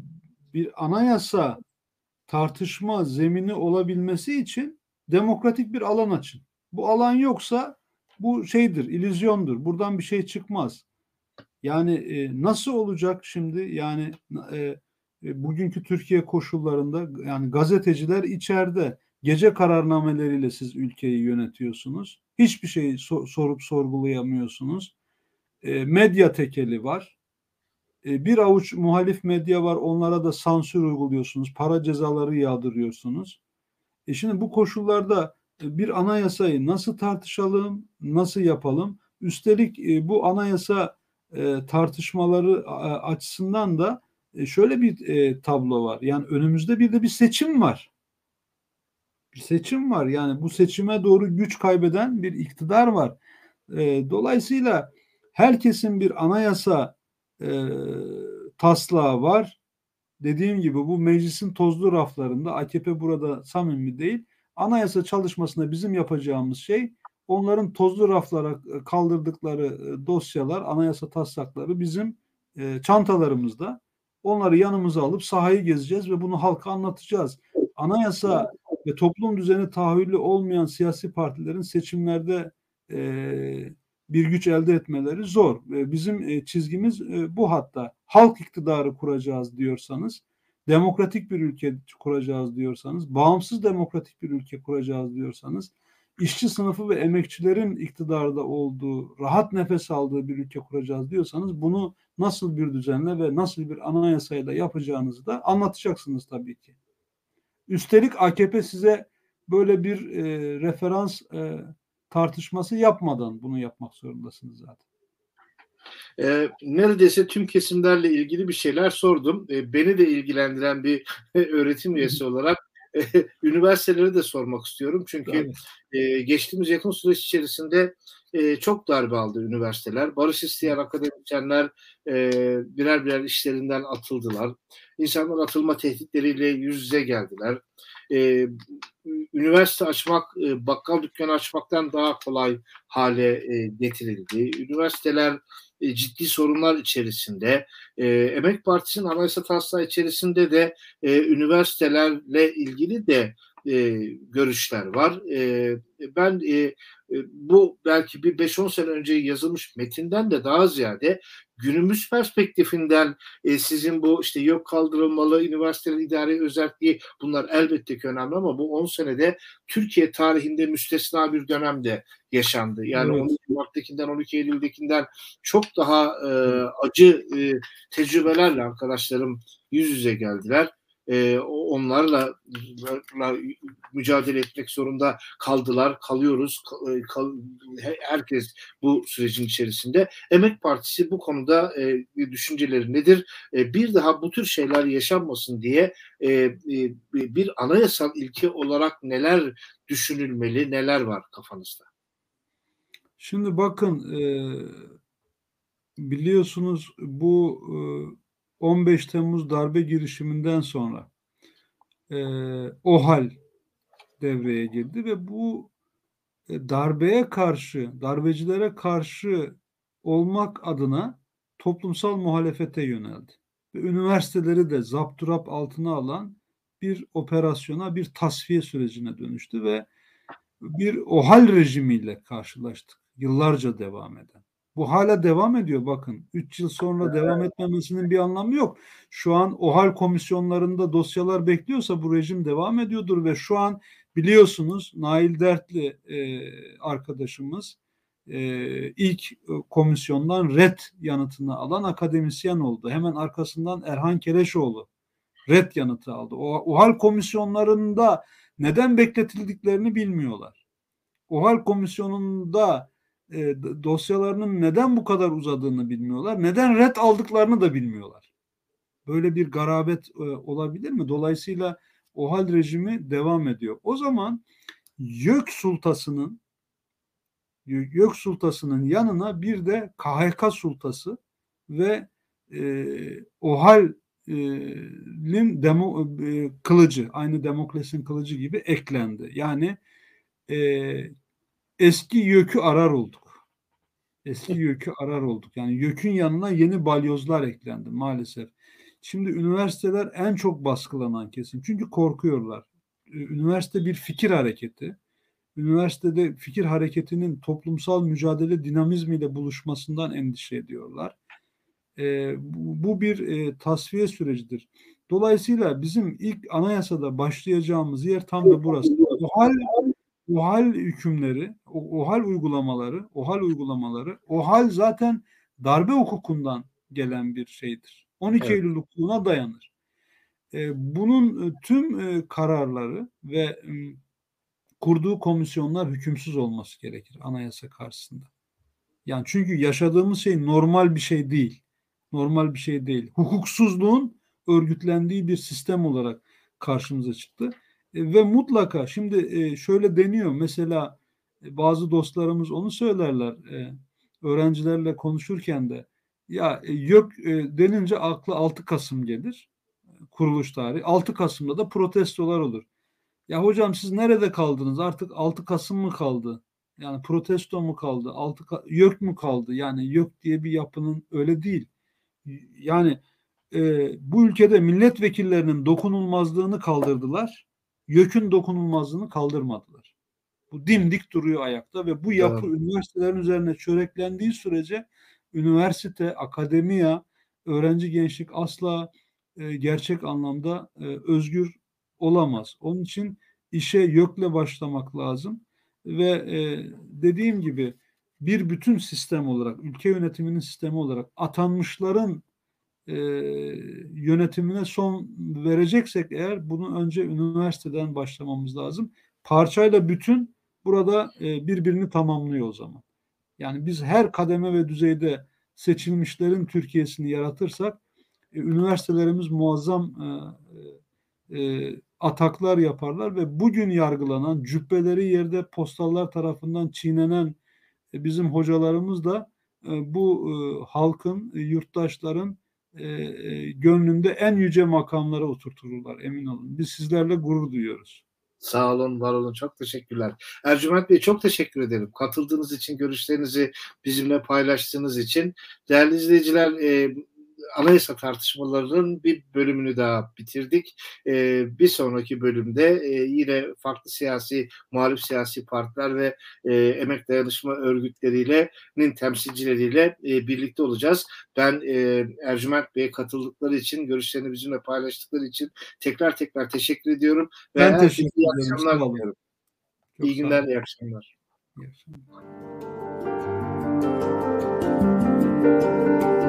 bir anayasa tartışma zemini olabilmesi için demokratik bir alan açın. Bu alan yoksa bu şeydir, illüzyondur. Buradan bir şey çıkmaz. Yani e, nasıl olacak şimdi? Yani e, e, bugünkü Türkiye koşullarında yani gazeteciler içeride gece kararnameleriyle siz ülkeyi yönetiyorsunuz. Hiçbir şeyi so- sorup sorgulayamıyorsunuz. E, medya tekeli var. E, bir avuç muhalif medya var. Onlara da sansür uyguluyorsunuz. Para cezaları yağdırıyorsunuz. E şimdi bu koşullarda e, bir anayasayı nasıl tartışalım, nasıl yapalım? Üstelik e, bu anayasa e, tartışmaları a, açısından da e, şöyle bir e, tablo var. Yani önümüzde bir de bir seçim var. Bir seçim var. Yani bu seçime doğru güç kaybeden bir iktidar var. E, dolayısıyla herkesin bir anayasa e, taslağı var. Dediğim gibi bu meclisin tozlu raflarında A K P burada samimi değil. Anayasa çalışmasında bizim yapacağımız şey onların tozlu raflara kaldırdıkları dosyalar, anayasa taslakları bizim e, çantalarımızda. Onları yanımıza alıp sahayı gezeceğiz ve bunu halka anlatacağız. Anayasa ve toplum düzeni tahayyülü olmayan siyasi partilerin seçimlerde e, bir güç elde etmeleri zor. Bizim çizgimiz bu hatta. Halk iktidarı kuracağız diyorsanız, demokratik bir ülke kuracağız diyorsanız, bağımsız demokratik bir ülke kuracağız diyorsanız, işçi sınıfı ve emekçilerin iktidarda olduğu, rahat nefes aldığı bir ülke kuracağız diyorsanız bunu nasıl bir düzenle ve nasıl bir anayasayla yapacağınızı da anlatacaksınız tabii ki. Üstelik A K P size böyle bir e, referans e, tartışması yapmadan bunu yapmak zorundasınız zaten. E, neredeyse tüm kesimlerle ilgili bir şeyler sordum. E, beni de ilgilendiren bir öğretim üyesi olarak e, üniversiteleri de sormak istiyorum. Çünkü e, geçtiğimiz yakın süreç içerisinde e, çok darbe aldı üniversiteler. Barış isteyen akademisyenler e, birer birer işlerinden atıldılar. İnsanlar atılma tehditleriyle yüz yüze geldiler. E, üniversite açmak, e, bakkal dükkanı açmaktan daha kolay hale e, getirildi. Üniversiteler e, ciddi sorunlar içerisinde. E, Emek Partisi'nin anayasa taslağı içerisinde de e, üniversitelerle ilgili de e, görüşler var. E, ben e, e, bu belki bir beş on sene önce yazılmış metinden de daha ziyade günümüz perspektifinden e, sizin bu işte yok kaldırılmalı, üniversitelerin idari özelliği, bunlar elbette ki önemli ama bu on senede Türkiye tarihinde müstesna bir dönemde yaşandı. Yani Evet. on iki Mart'takinden on iki Eylül'dekinden çok daha e, acı e, tecrübelerle arkadaşlarım yüz yüze geldiler. E, onlarla mücadele etmek zorunda kaldılar, kalıyoruz. Kal, herkes bu sürecin içerisinde. Emek Partisi bu konuda e, düşünceleri nedir? E, bir daha bu tür şeyler yaşanmasın diye e, e, bir anayasal ilke olarak neler düşünülmeli, neler var kafanızda? Şimdi bakın, e, biliyorsunuz bu e, on beş Temmuz darbe girişiminden sonra e, OHAL devreye girdi ve bu e, darbeye karşı, darbecilere karşı olmak adına toplumsal muhalefete yöneldi. Ve üniversiteleri de zapturap altına alan bir operasyona, bir tasfiye sürecine dönüştü ve bir OHAL rejimiyle karşılaştık. Yıllarca devam eden. Bu hala devam ediyor bakın. Üç yıl sonra devam etmemesinin bir anlamı yok. Şu an OHAL komisyonlarında dosyalar bekliyorsa bu rejim devam ediyordur ve şu an biliyorsunuz Nail Dertli e, arkadaşımız e, ilk komisyondan red yanıtını alan akademisyen oldu. Hemen arkasından Erhan Keleşoğlu red yanıtı aldı. O OHAL komisyonlarında neden bekletildiklerini bilmiyorlar. OHAL komisyonunda e, dosyalarının neden bu kadar uzadığını bilmiyorlar. Neden red aldıklarını da bilmiyorlar. Böyle bir garabet e, olabilir mi? Dolayısıyla OHAL rejimi devam ediyor. O zaman YÖK sultasının YÖK sultasının yanına bir de K H K sultası ve e, OHAL'in demo, e, kılıcı, aynı Demokles'in kılıcı gibi eklendi. Yani e, eski YÖK'ü arar olduk. Eski YÖK'ü arar olduk. Yani YÖK'ün yanına yeni balyozlar eklendi maalesef. Şimdi üniversiteler en çok baskılanan kesim. Çünkü korkuyorlar. Üniversite bir fikir hareketi. Üniversitede fikir hareketinin toplumsal mücadele dinamizmiyle buluşmasından endişe ediyorlar. E, bu, bu bir e, tasfiye sürecidir. Dolayısıyla bizim ilk anayasada başlayacağımız yer tam da burası. OHAL, OHAL hükümleri, OHAL uygulamaları, OHAL uygulamaları, OHAL zaten darbe hukukundan gelen bir şeydir. on iki evet. Eylül hukukuna dayanır. E, bunun tüm e, kararları ve e, kurduğu komisyonlar hükümsüz olması gerekir anayasa karşısında. Yani çünkü yaşadığımız şey normal bir şey değil. Normal bir şey değil. Hukuksuzluğun örgütlendiği bir sistem olarak karşımıza çıktı. E, ve mutlaka şimdi e, şöyle deniyor. Mesela e, bazı dostlarımız onu söylerler. E, öğrencilerle konuşurken de ya e, yok e, denince aklı altı Kasım gelir. Kuruluş tarihi. altı Kasım'da da protestolar olur. Ya hocam siz nerede kaldınız? Artık altı Kasım mı kaldı? Yani protesto mu kaldı? altı YÖK mü kaldı? Yani YÖK diye bir yapının öyle değil. Yani e, bu ülkede milletvekillerinin dokunulmazlığını kaldırdılar. YÖK'ün dokunulmazlığını kaldırmadılar. Bu dimdik duruyor ayakta ve bu yapı evet. Üniversitelerin üzerine çöreklendiği sürece üniversite, akademiya, öğrenci gençlik asla e, gerçek anlamda e, özgür olamaz. Onun için işe YÖK'le başlamak lazım ve e, dediğim gibi bir bütün sistem olarak, ülke yönetiminin sistemi olarak atanmışların e, yönetimine son vereceksek eğer bunu önce üniversiteden başlamamız lazım. parçayla bütün burada e, birbirini tamamlıyor o zaman. Yani biz her kademe ve düzeyde seçilmişlerin Türkiye'sini yaratırsak e, üniversitelerimiz muazzam e, e, ataklar yaparlar ve bugün yargılanan, cübbeleri yerde postallar tarafından çiğnenen e, bizim hocalarımız da e, bu e, halkın, e, yurttaşların e, e, gönlünde en yüce makamlara oturtururlar, emin olun. Biz sizlerle gurur duyuyoruz. Sağ olun, var olun. Çok teşekkürler. Ercüment Bey, çok teşekkür ederim. Katıldığınız için, görüşlerinizi bizimle paylaştığınız için. Değerli izleyiciler, e, anayasa tartışmalarının bir bölümünü daha bitirdik. E, bir sonraki bölümde e, yine farklı siyasi, muhalif siyasi partiler ve e, emek dayanışma örgütleriyle temsilcileriyle e, birlikte olacağız. Ben e, Ercüment Bey'e katıldıkları için, görüşlerini bizimle paylaştıkları için tekrar tekrar teşekkür ediyorum. Ve Ben herkese teşekkür iyi ederim. akşamlar Sağ olun. diliyorum. Çok İyi sağ günler, olun. iyi akşamlar. İyi akşamlar.